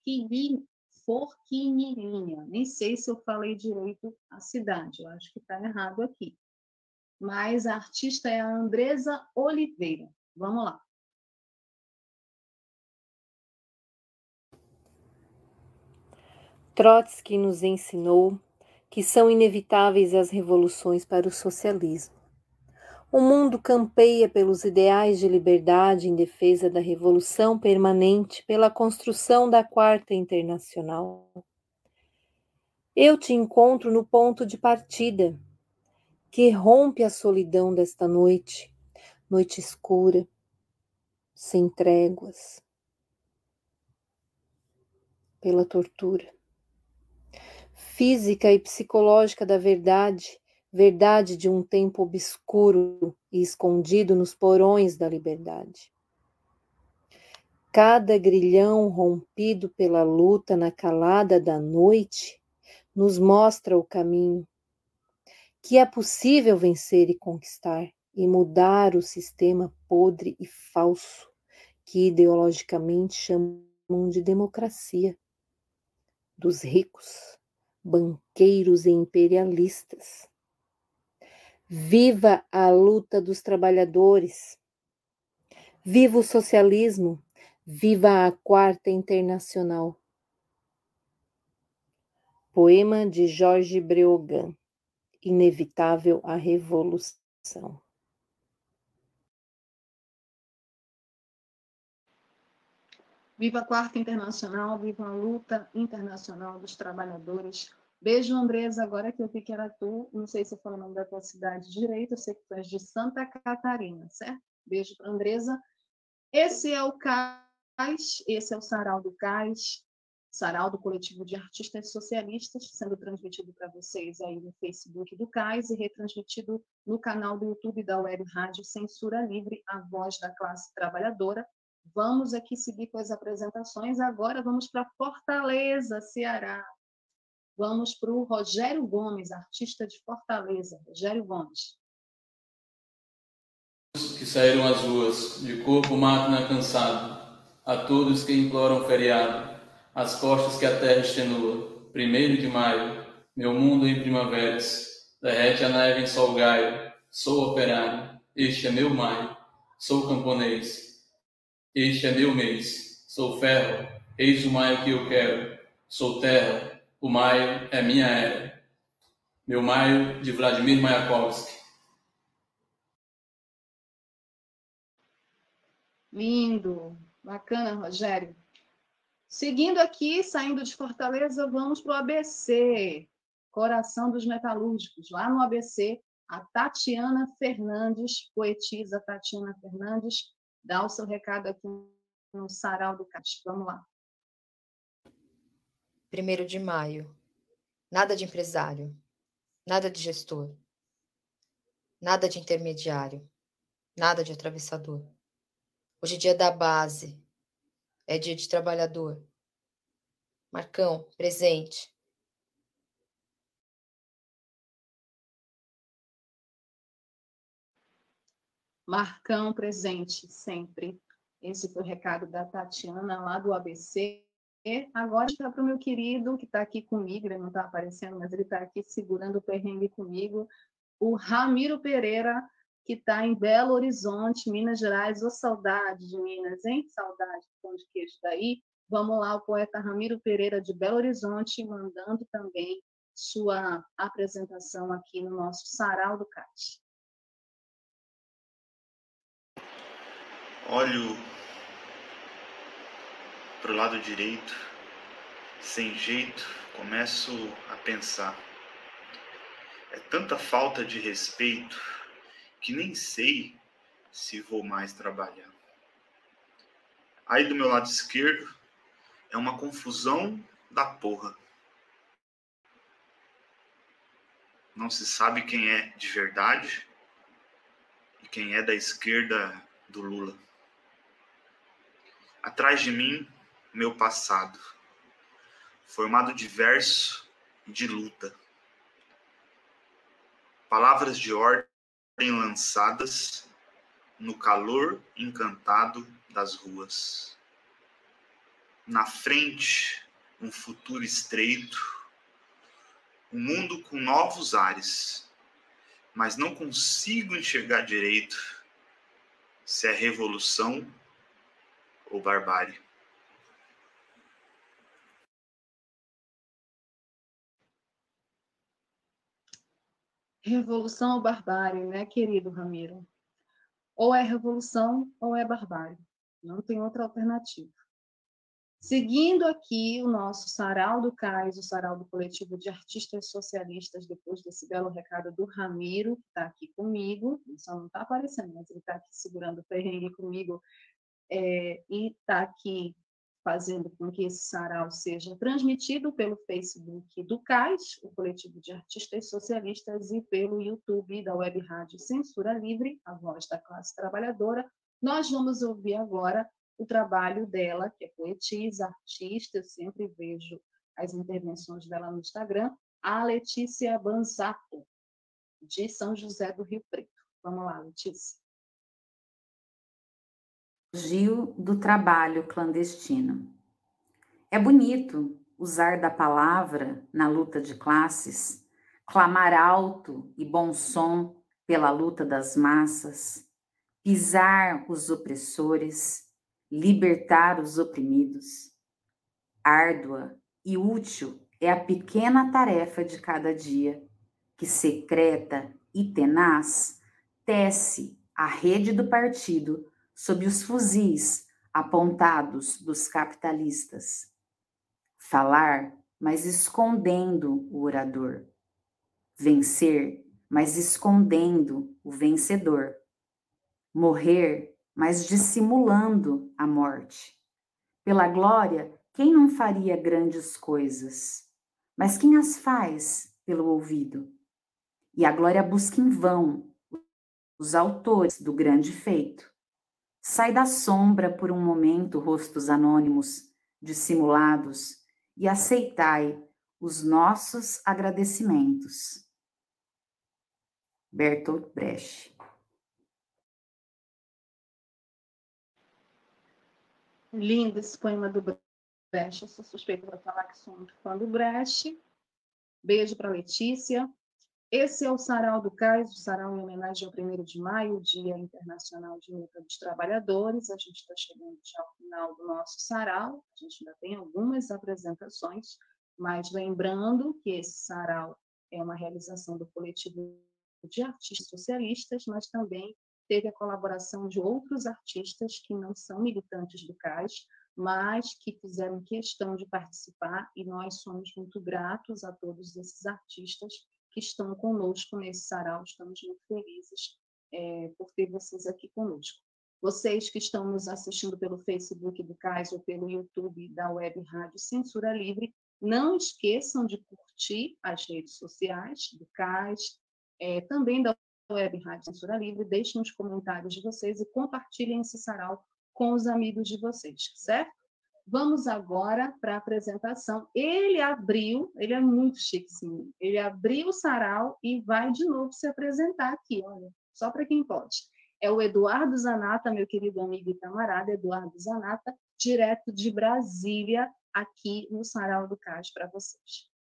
Forquilhinha. Nem sei se eu falei direito a cidade, eu acho que está errado aqui. Mas a artista é a Andresa Oliveira. Vamos lá. Trotsky nos ensinou que são inevitáveis as revoluções para o socialismo. O mundo campeia pelos ideais de liberdade em defesa da revolução permanente pela construção da Quarta Internacional. Eu te encontro no ponto de partida, que rompe a solidão desta noite, noite escura, sem tréguas, pela tortura física e psicológica da verdade, verdade de um tempo obscuro e escondido nos porões da liberdade. Cada grilhão rompido pela luta na calada da noite nos mostra o caminho, que é possível vencer e conquistar e mudar o sistema podre e falso que ideologicamente chamam de democracia, dos ricos, banqueiros e imperialistas. Viva a luta dos trabalhadores! Viva o socialismo! Viva a Quarta Internacional! Poema de Jorge Breogan. Inevitável a revolução. Viva a Quarta Internacional, viva a luta internacional dos trabalhadores. Beijo, Andresa, agora que eu vi que era tu, não sei se eu falo o nome da tua cidade direito, eu sei que tu és de Santa Catarina, certo? Beijo para Andresa. Esse é o CAIS, esse é o Sarau do CAIS, Sarau do Coletivo de Artistas Socialistas, sendo transmitido para vocês aí no Facebook do CAIS e retransmitido no canal do YouTube da Web Rádio Censura Livre, a voz da classe trabalhadora. Vamos aqui seguir com as apresentações. Agora vamos para Fortaleza, Ceará. Vamos para o Rogério Gomes, artista de Fortaleza. Rogério Gomes. Que saíram às ruas, de corpo máquina cansado, a todos que imploram feriado, as costas que a terra extenua. 1º de maio, meu mundo em primaveras, derrete a neve em solgaio, sou operário, este é meu maio, sou camponês. Este é meu mês, sou ferro, eis o maio que eu quero, sou terra, o maio é minha era. Meu maio, de Vladimir Mayakovsky. Lindo, bacana, Rogério. Seguindo aqui, saindo de Fortaleza, vamos para o ABC, Coração dos Metalúrgicos. Lá no ABC, a Tatiana Fernandes, poetisa Tatiana Fernandes, dar o seu recado aqui no Sarau do CAT. Vamos lá. 1º de maio. Nada de empresário, nada de gestor, nada de intermediário, nada de atravessador. Hoje é dia da base, é dia de trabalhador. Marcão, presente. Marcão, presente, sempre. Esse foi o recado da Tatiana, lá do ABC. Agora está para o meu querido, que está aqui comigo, ele não está aparecendo, mas ele está aqui segurando o perrengue comigo, o Ramiro Pereira, que está em Belo Horizonte, Minas Gerais. Ô, saudade de Minas, hein? Saudade do pão de queijo daí. Vamos lá, o poeta Ramiro Pereira, de Belo Horizonte, mandando também sua apresentação aqui no nosso Sarau do CAT. Olho para o lado direito, sem jeito, começo a pensar. É tanta falta de respeito que nem sei se vou mais trabalhar. Aí do meu lado esquerdo é uma confusão da porra. Não se sabe quem é de verdade e quem é da esquerda do Lula. Atrás de mim, meu passado, formado de verso e de luta. Palavras de ordem lançadas no calor encantado das ruas. Na frente, um futuro estreito, um mundo com novos ares, mas não consigo enxergar direito se é revolução ou barbárie. Revolução ou barbárie, né, querido Ramiro? Ou é revolução ou é barbárie. Não tem outra alternativa. Seguindo aqui o nosso Sarau do CAIS, o Sarau do Coletivo de Artistas Socialistas, depois desse belo recado do Ramiro, que está aqui comigo, ele só não está aparecendo, mas ele está aqui segurando o perrengue comigo, e está aqui fazendo com que esse sarau seja transmitido pelo Facebook do CAIS, o Coletivo de Artistas Socialistas, e pelo YouTube da Web Rádio Censura Livre, a voz da classe trabalhadora. Nós vamos ouvir agora o trabalho dela, que é poetisa, artista, eu sempre vejo as intervenções dela no Instagram, a Letícia Banzato, de São José do Rio Preto. Vamos lá, Letícia. Elogio do trabalho clandestino. É bonito usar da palavra na luta de classes, clamar alto e bom som pela luta das massas, pisar os opressores, libertar os oprimidos. Árdua e útil é a pequena tarefa de cada dia, que secreta e tenaz tece a rede do partido sob os fuzis apontados dos capitalistas. Falar, mas escondendo o orador. Vencer, mas escondendo o vencedor. Morrer, mas dissimulando a morte. Pela glória, quem não faria grandes coisas? Mas quem as faz pelo ouvido? E a glória busca em vão os autores do grande feito. Sai da sombra por um momento, rostos anônimos, dissimulados, e aceitai os nossos agradecimentos. Bertolt Brecht. Lindo esse poema do Brecht. Eu sou suspeita para falar que sou muito fã do Brecht. Beijo para Letícia. Esse é o Sarau do CAIS, o Sarau em homenagem ao 1º de maio, o Dia Internacional de Luta dos Trabalhadores. A gente está chegando já ao final do nosso sarau, a gente ainda tem algumas apresentações, mas lembrando que esse sarau é uma realização do Coletivo de Artistas Socialistas, mas também teve a colaboração de outros artistas que não são militantes do CAIS, mas que fizeram questão de participar, e nós somos muito gratos a todos esses artistas que estão conosco nesse sarau. Estamos muito felizes por ter vocês aqui conosco. Vocês que estão nos assistindo pelo Facebook do CAIS ou pelo YouTube da Web Rádio Censura Livre, não esqueçam de curtir as redes sociais do CAIS, também da Web Rádio Censura Livre, deixem os comentários de vocês e compartilhem esse sarau com os amigos de vocês, certo? Vamos agora para a apresentação. Ele é muito chiquezinho, ele abriu o sarau e vai de novo se apresentar aqui, olha, só para quem pode. É o Eduardo Zanata, meu querido amigo e camarada, Eduardo Zanata, direto de Brasília, aqui no sarau do CAIS para vocês.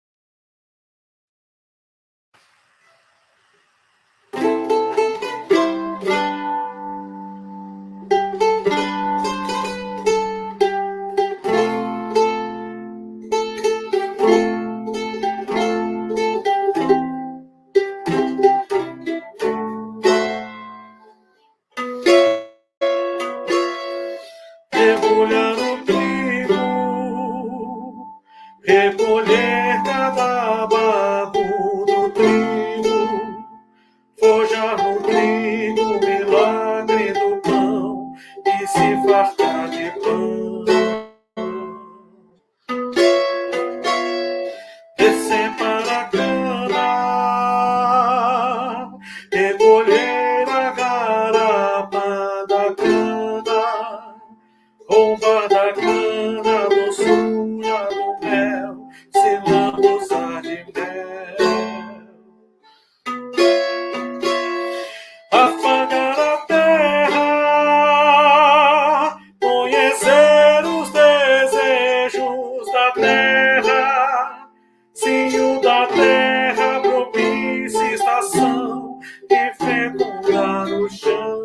Recolher cada bago do trigo, forjar no trigo o milagre do pão e se fartar de pão. Descer para a cana, recolher a garapa da cana, roubar da cana a doçura do mel, se lambuzar de mel. Afagar a terra, conhecer os desejos da terra, sim, da terra, propícia estação de fecundar o chão.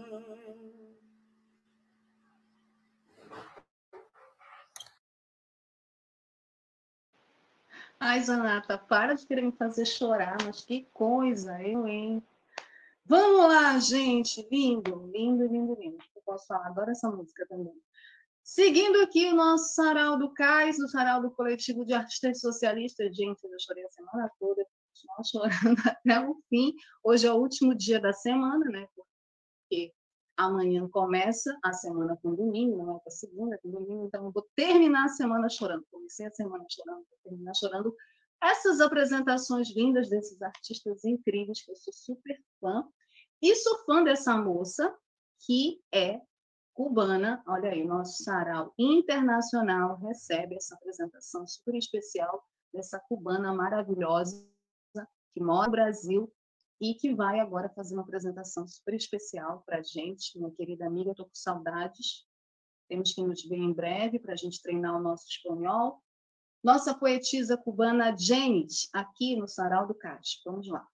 Ai, Zanata, para de querer me fazer chorar, mas que coisa, hein? Vamos lá, gente, lindo, lindo, lindo, lindo. Eu posso falar, adoro essa música também. Seguindo aqui o nosso sarau do CAIS, o sarau do Coletivo de Artistas Socialistas. Gente, eu chorei a semana toda, eu continuo chorando até o fim. Hoje é o último dia da semana, né? Porque amanhã começa a semana com domingo, não é para segunda, é com domingo, então eu vou terminar a semana chorando. Comecei a semana chorando, vou terminar chorando. Essas apresentações lindas desses artistas incríveis, que eu sou super fã. E sou fã dessa moça, que é cubana. Olha aí, o nosso sarau internacional recebe essa apresentação super especial dessa cubana maravilhosa, que mora no Brasil, e que vai agora fazer uma apresentação super especial para a gente. Minha querida amiga, eu estou com saudades. Temos que nos ver em breve para a gente treinar o nosso espanhol. Nossa poetisa cubana Janet, aqui no sarau do CAIS. Vamos lá.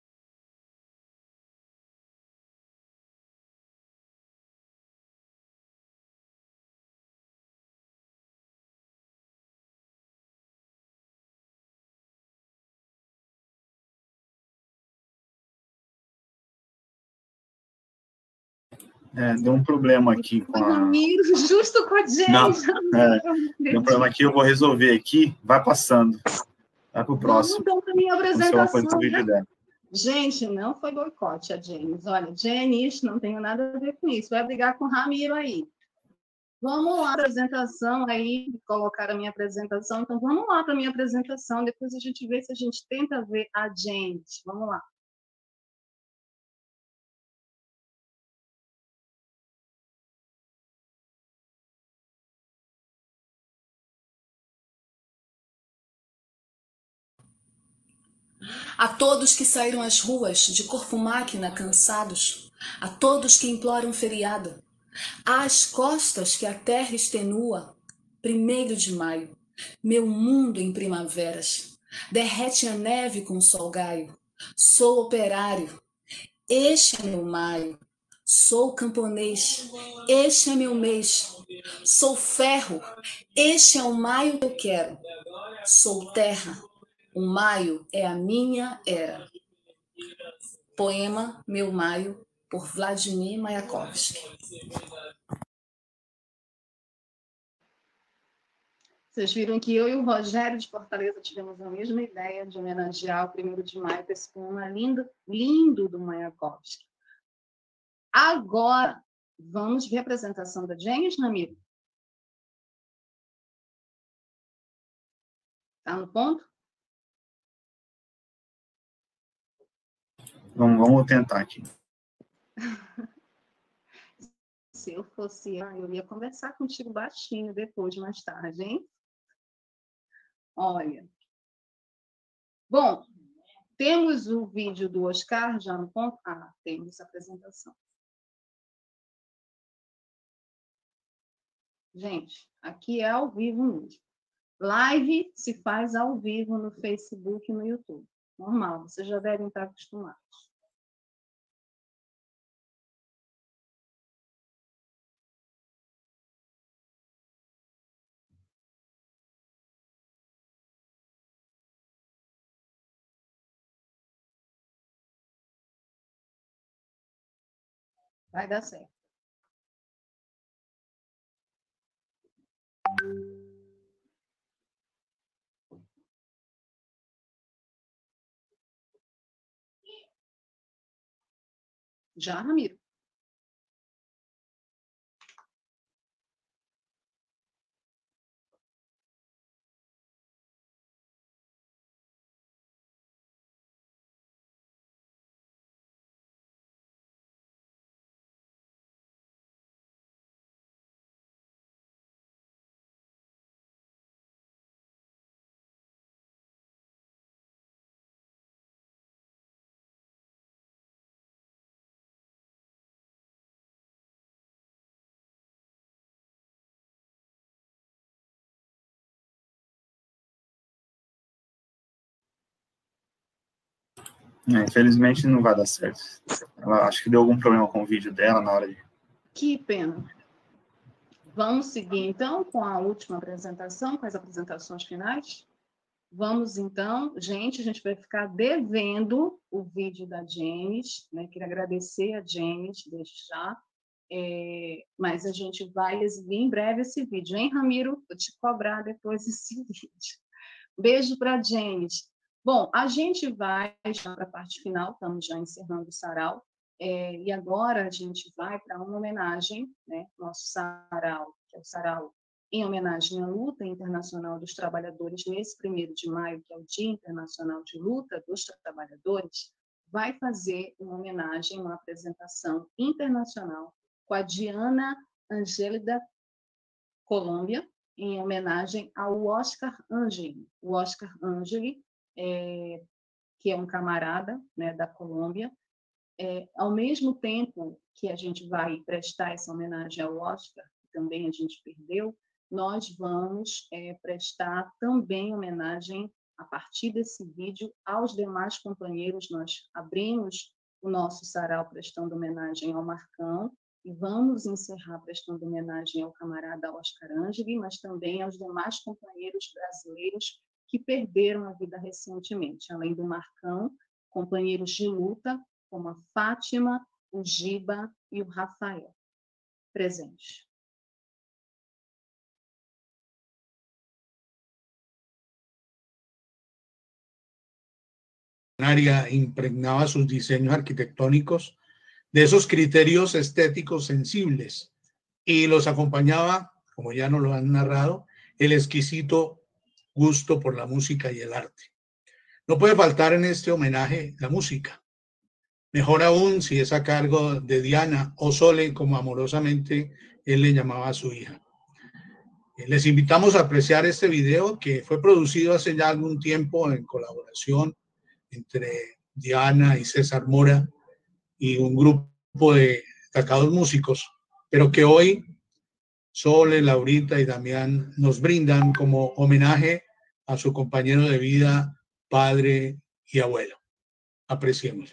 Deu um problema aqui com a... Ramiro, justo com a Janet. Não, deu um problema aqui, eu vou resolver aqui. Vai passando. Vai para o próximo. Então, para minha apresentação. Né? Gente, não foi boicote a James. Olha, Janis, não tenho nada a ver com isso. Vai brigar com o Ramiro aí. Vamos lá, apresentação aí, colocar a minha apresentação. Então, vamos lá para a minha apresentação. Depois a gente vê se a gente tenta ver a Janet. Vamos lá. A todos que saíram às ruas, de corpo-máquina, cansados, a todos que imploram feriado, às costas que a terra extenua, 1º de maio, meu mundo em primaveras, derrete a neve com o sol gaio, sou operário, este é meu maio, sou camponês, este é meu mês, sou ferro, este é o maio que eu quero, sou terra, o maio é a minha era. Poema Meu Maio, por Vladimir Mayakovsky. Vocês viram que eu e o Rogério de Fortaleza tivemos a mesma ideia de homenagear o 1º de maio com esse poema lindo, lindo do Mayakovsky. Agora, Vamos ver a apresentação da James, Ramiro? Está no ponto? Vamos tentar aqui. Se eu fosse, eu ia conversar contigo baixinho depois, mais tarde, hein? Olha. Bom, temos o vídeo do Oscar já no ponto? Ah, temos a apresentação. Gente, aqui é ao vivo mesmo. Live se faz ao vivo no Facebook e no YouTube. Normal, vocês já devem estar acostumados. Vai dar certo. Já, Ramiro? Infelizmente não vai dar certo. Ela, acho que deu algum problema com o vídeo dela na hora de... Que pena. Vamos seguir, então, com a última apresentação, com as apresentações finais. Vamos, então, gente, a gente vai ficar devendo o vídeo da James, né? Queria agradecer a James, desde já. Mas a gente vai exibir em breve esse vídeo, hein, Ramiro? Vou te cobrar depois esse vídeo. Beijo para a James. Bom, a gente vai já para a parte final, estamos já encerrando o sarau, e agora a gente vai para uma homenagem, né? Nosso sarau, que é o sarau em homenagem à luta internacional dos trabalhadores, nesse 1º de maio, que é o Dia Internacional de Luta dos Trabalhadores, vai fazer uma homenagem, uma apresentação internacional com a Diana Angeli da Colômbia, em homenagem ao Oscar Angeli. O Oscar Angeli, que é um camarada, né, da Colômbia. Ao mesmo tempo que a gente vai prestar essa homenagem ao Oscar, que também a gente perdeu, nós vamos prestar também homenagem, a partir desse vídeo, aos demais companheiros. Nós abrimos o nosso sarau prestando homenagem ao Marcão, e vamos encerrar prestando homenagem ao camarada Oscar Angeli, mas também aos demais companheiros brasileiros que perderam a vida recentemente, além do Marcão, companheiros de luta, como a Fátima, o Giba e o Rafael, presentes. Impregnaba sus diseños arquitectónicos de esos criterios estéticos sensibles y los acompañaba, como ya nos lo han narrado, el exquisito gusto por la música y el arte. No puede faltar en este homenaje la música. Mejor aún si es a cargo de Diana o Sole, como amorosamente él le llamaba a su hija. Les invitamos a apreciar este video que fue producido hace ya algún tiempo en colaboración entre Diana y César Mora y un grupo de destacados músicos, pero que hoy Sole, Laurita y Damián nos brindan como homenaje a su compañero de vida, padre y abuelo. Apreciémoslo.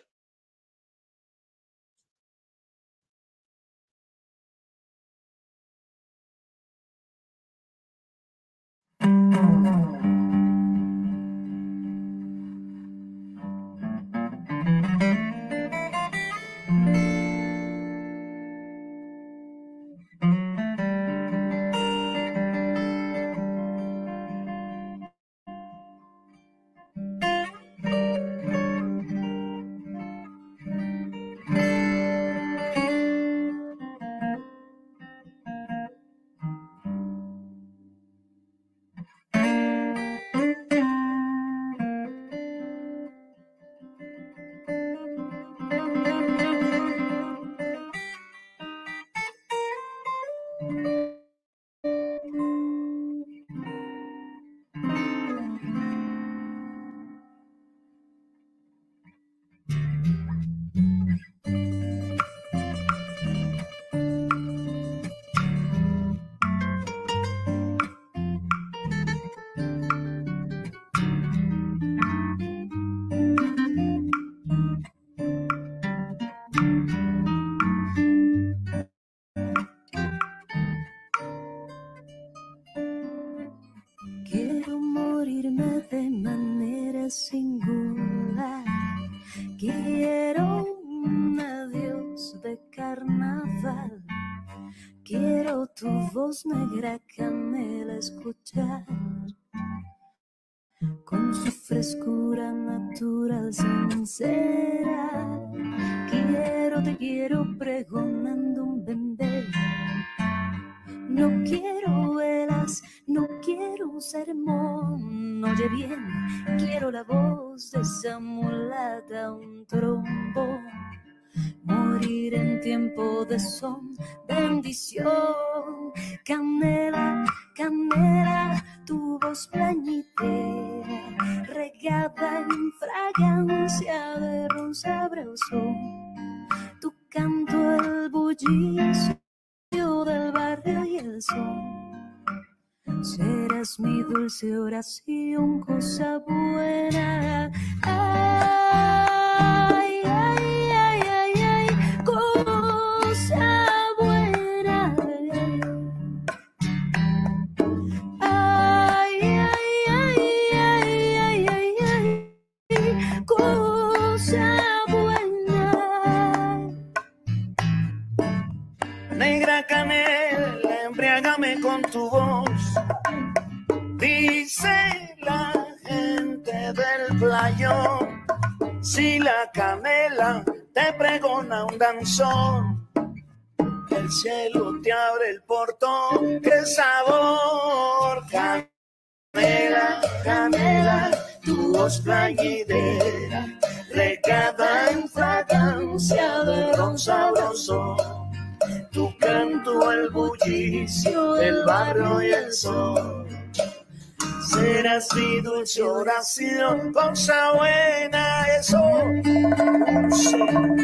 singular. Quiero un adiós de carnaval. Quiero tu voz negra canela escuchar, con su frescura natural sincera. Te quiero pregonando un bembé. No quiero velas, no quiero un sermón. Oye bien, quiero la voz de esa mulata, un trombón. Morir en tiempo de son, bendición. Canela, canela, tu voz plañidera, regada en fragancia de ron sabroso. Tu canto el bullicio del barrio y el sol. Serás mi dulce oración, cosa buena. Ay, ay, ay, ay, ay, cosa buena. Ay, ay, ay, ay, ay, ay, ay, cosa buena. Negra canela, embriágame con tu voz. Dice la gente del playón, si la canela te pregona un danzón, el cielo te abre el portón. ¡Qué sabor! Canela, canela, tu voz plañidera, regada en fragancia de ron sabroso. Tu canto el bullicio del barrio y el sol. Serás mi dulce oración, cosa buena, eso. Sí.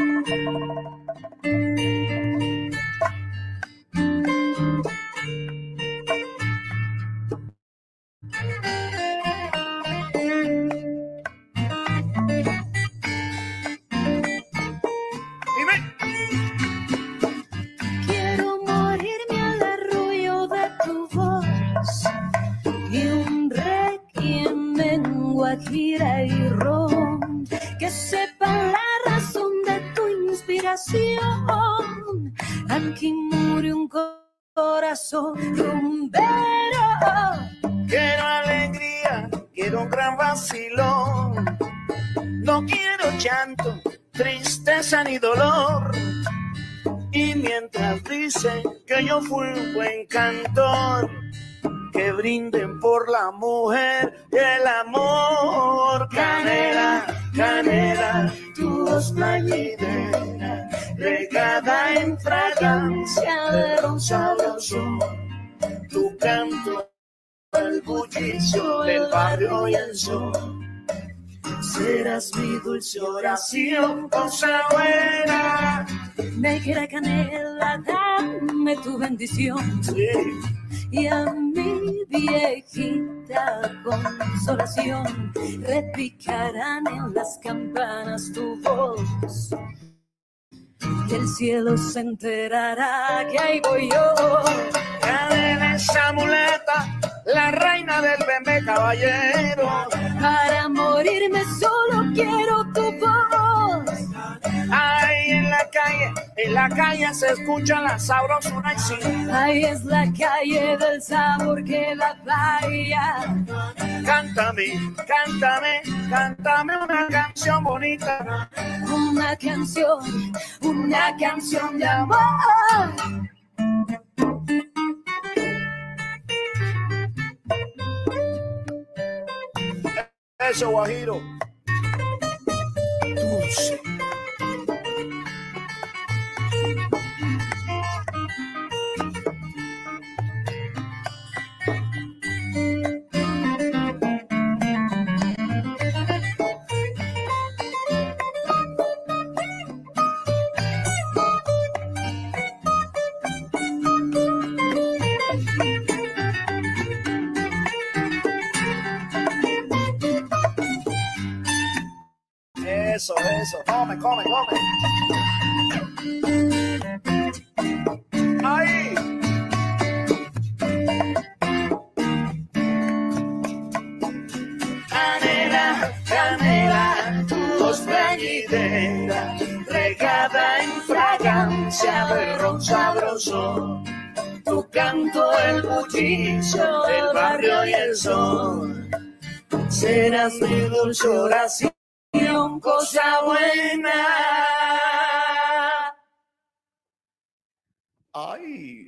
Quiero morirme al arrullo de tu voz y un requiem en guajira y ron, que sepan la razón de tu inspiración. Aquí murió un corazón rumbero. Quiero alegría, quiero un gran vacilón. No quiero llanto, tristeza ni dolor. Y mientras dicen que yo fui un buen cantor, que brinden por la mujer y el amor. Canela, canela, tu voz plañidera, regada en fragancia de ron sabroso. Tu canto, el bullicio del barrio y el sol. Serás mi dulce oración, cosa buena. Negra canela, dame tu bendición. Sí. Y a mi viejita consolación, repicarán en las campanas tu voz, que el cielo se enterará que ahí voy yo. Cadena esa muleta, la reina del bembé caballero. Para morirme solo quiero tu voz. Ay, en la calle se escucha la sabrosura y sí. Ay, es la calle del sabor que la vaya. Cántame, cántame, cántame una canción bonita. Una canción de amor. Eso, Guajiro. Dulce. Eso, come. Ahí. Canela, pollidera, regada en fragancia de ron sabroso. Tu canto, el bullicio del barrio y el sol. Serás mi dulce oración, cosa buena. Ay.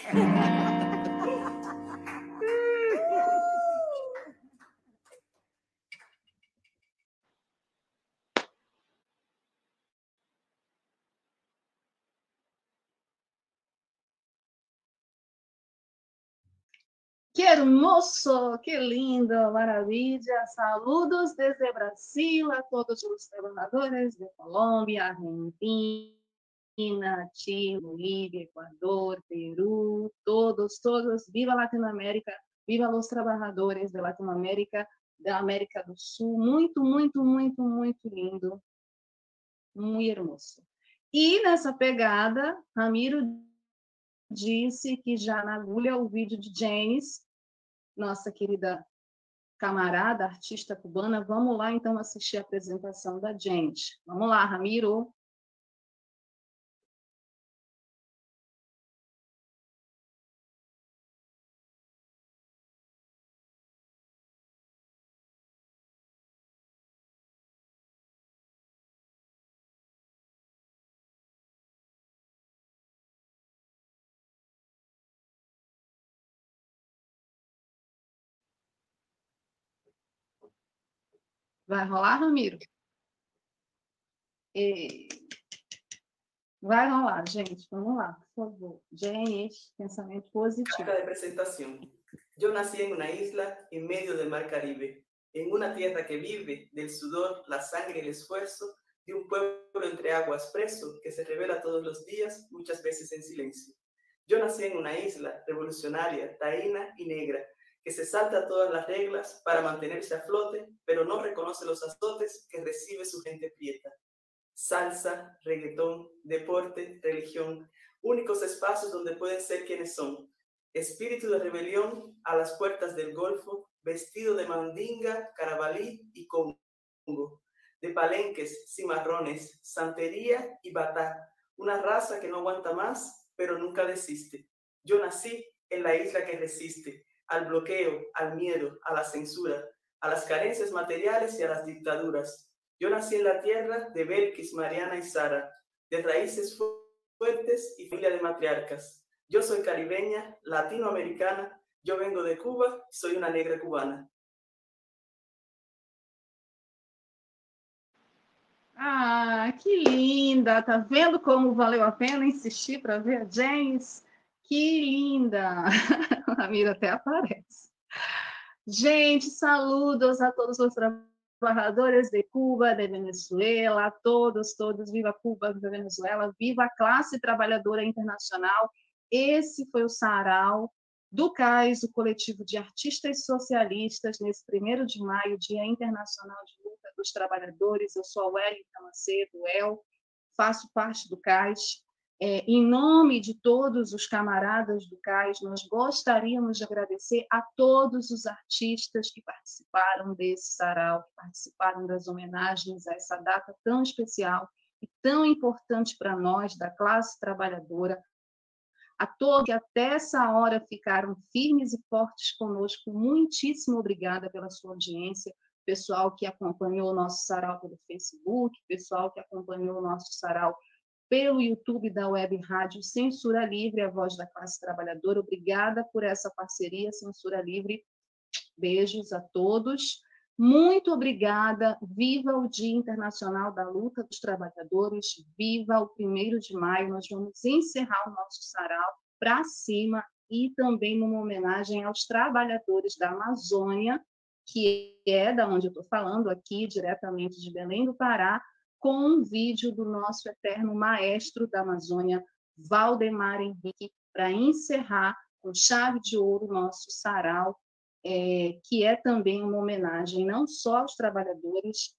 Que hermoso, que lindo, maravilla. Saludos desde Brasil a todos os trabalhadores de Colômbia, Argentina, Chile, Bolívia, Equador, Peru, todos. Viva Latinoamérica, viva os trabalhadores de Latinoamérica, da América do Sul. Muito, muito, muito, muito lindo. Muito hermoso. E nessa pegada, Ramiro disse que já na agulha o vídeo de Janis, nossa querida camarada, artista cubana. Vamos lá, então, assistir a apresentação da Janis. Vamos lá, Ramiro. Vai rolar, Ramiro? Vai rolar, gente. Vamos lá, por favor. Janis, pensamento positivo. Carta de presentación. Yo nací en una isla en medio del mar Caribe, en una tierra que vive del sudor, la sangre y el esfuerzo de un pueblo entre aguas preso que se revela todos los días, muchas veces en silencio. Yo nací en una isla revolucionaria, taína y negra, que se salta todas las reglas para mantenerse a flote, pero no reconoce los azotes que recibe su gente prieta. Salsa, reggaetón, deporte, religión, únicos espacios donde pueden ser quienes son. Espíritu de rebelión a las puertas del Golfo, vestido de mandinga, carabalí y congo, de palenques, cimarrones, santería y batá, una raza que no aguanta más, pero nunca desiste. Yo nací en la isla que resiste al bloqueo, al miedo, a la censura, a las carencias materiales y a las dictaduras. Yo nací en la tierra de Belkis, Mariana y Sara, de raíces fuertes y familia de matriarcas. Yo soy caribeña, latinoamericana, yo vengo de Cuba, soy una negra cubana. Ah, que linda! Tá vendo como valeu a pena insistir para ver a Janis? Que linda! A Ramiro até aparece. Gente, saludos a todos os trabalhadores de Cuba, de Venezuela, a todos, viva Cuba, viva Venezuela, viva a classe trabalhadora internacional. Esse foi o sarau do CAIS, o Coletivo de Artistas Socialistas, nesse 1º de maio, Dia Internacional de Luta dos Trabalhadores. Eu sou a Wellington Macedo, faço parte do CAIS. Em nome de todos os camaradas do CAIS, nós gostaríamos de agradecer a todos os artistas que participaram desse sarau, que participaram das homenagens a essa data tão especial e tão importante para nós, da classe trabalhadora, a todos que até essa hora ficaram firmes e fortes conosco. Muitíssimo obrigada pela sua audiência, pessoal que acompanhou o nosso sarau pelo Facebook, pessoal que acompanhou o nosso sarau pelo YouTube da Web Rádio Censura Livre, a voz da classe trabalhadora. Obrigada por essa parceria, Censura Livre. Beijos a todos. Muito obrigada. Viva o Dia Internacional da Luta dos Trabalhadores. Viva o 1º de maio. Nós vamos encerrar o nosso sarau para cima e também numa homenagem aos trabalhadores da Amazônia, que é da onde eu estou falando aqui, diretamente de Belém do Pará, com um vídeo do nosso eterno maestro da Amazônia, Valdemar Henrique, para encerrar com chave de ouro o nosso sarau, que é também uma homenagem não só aos trabalhadores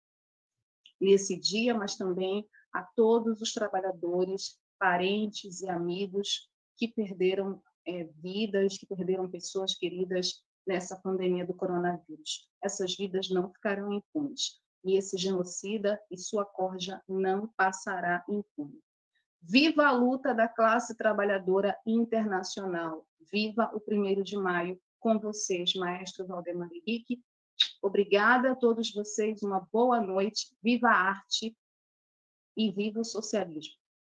nesse dia, mas também a todos os trabalhadores, parentes e amigos que perderam vidas, que perderam pessoas queridas nessa pandemia do coronavírus. Essas vidas não ficarão impunes. e esse genocida e sua corja não passará impune. Viva a luta da classe trabalhadora internacional. Viva o 1º de maio com vocês, maestro Valdemar Henrique. Obrigada a todos vocês, uma boa noite. Viva a arte e viva o socialismo.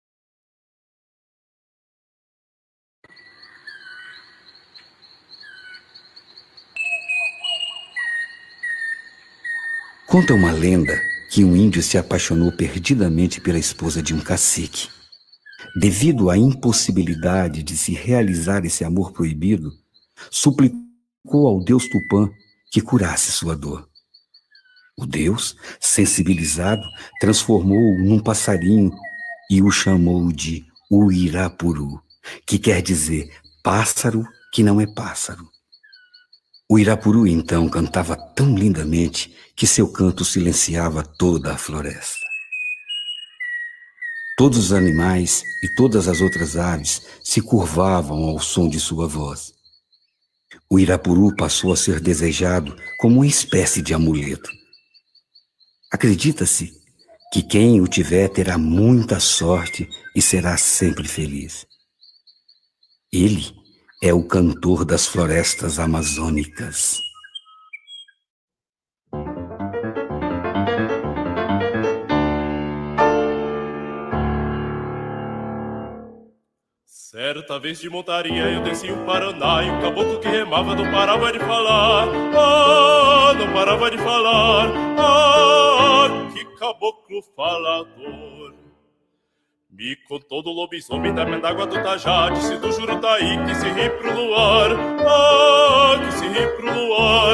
Conta uma lenda que um índio se apaixonou perdidamente pela esposa de um cacique. Devido à impossibilidade de se realizar esse amor proibido, suplicou ao deus Tupã que curasse sua dor. O deus, sensibilizado, transformou-o num passarinho e o chamou de Uirapuru, que quer dizer pássaro que não é pássaro. O Irapuru, então, cantava tão lindamente que seu canto silenciava toda a floresta. Todos os animais e todas as outras aves se curvavam ao som de sua voz. O Irapuru passou a ser desejado como uma espécie de amuleto. Acredita-se que quem o tiver terá muita sorte e será sempre feliz. Ele é o cantor das florestas amazônicas. Certa vez de montaria eu desci o Paraná e o caboclo que remava não parava de falar. Ah, não parava de falar. Ah, que caboclo falador. Me contou do lobisomem da Mendágua do Tajá, disse do Jurutaí que se ri pro luar. Ah, que se ri pro luar.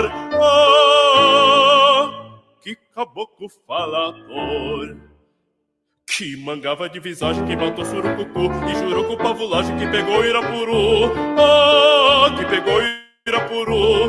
Ah, que caboclo falador. Que mangava de visagem que matou Surucucu e jurou com pavulagem que pegou Irapuru. Ah, que pegou Irapuru.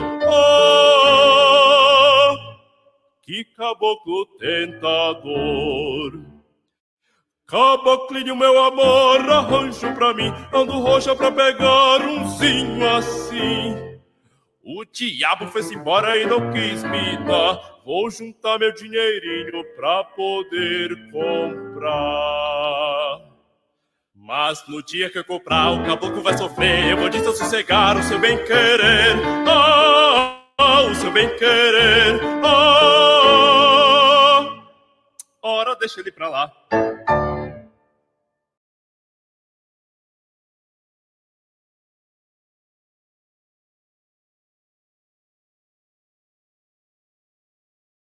Ah, que caboclo tentador. Caboclinho, meu amor, arranjo pra mim, ando roxa pra pegar umzinho assim. O diabo foi-se embora e não quis me dar. Vou juntar meu dinheirinho pra poder comprar. Mas no dia que eu comprar, o caboclo vai sofrer. Eu vou desassossegar o seu bem-querer. Ah, o seu bem-querer. Ah, ora, deixa ele pra lá.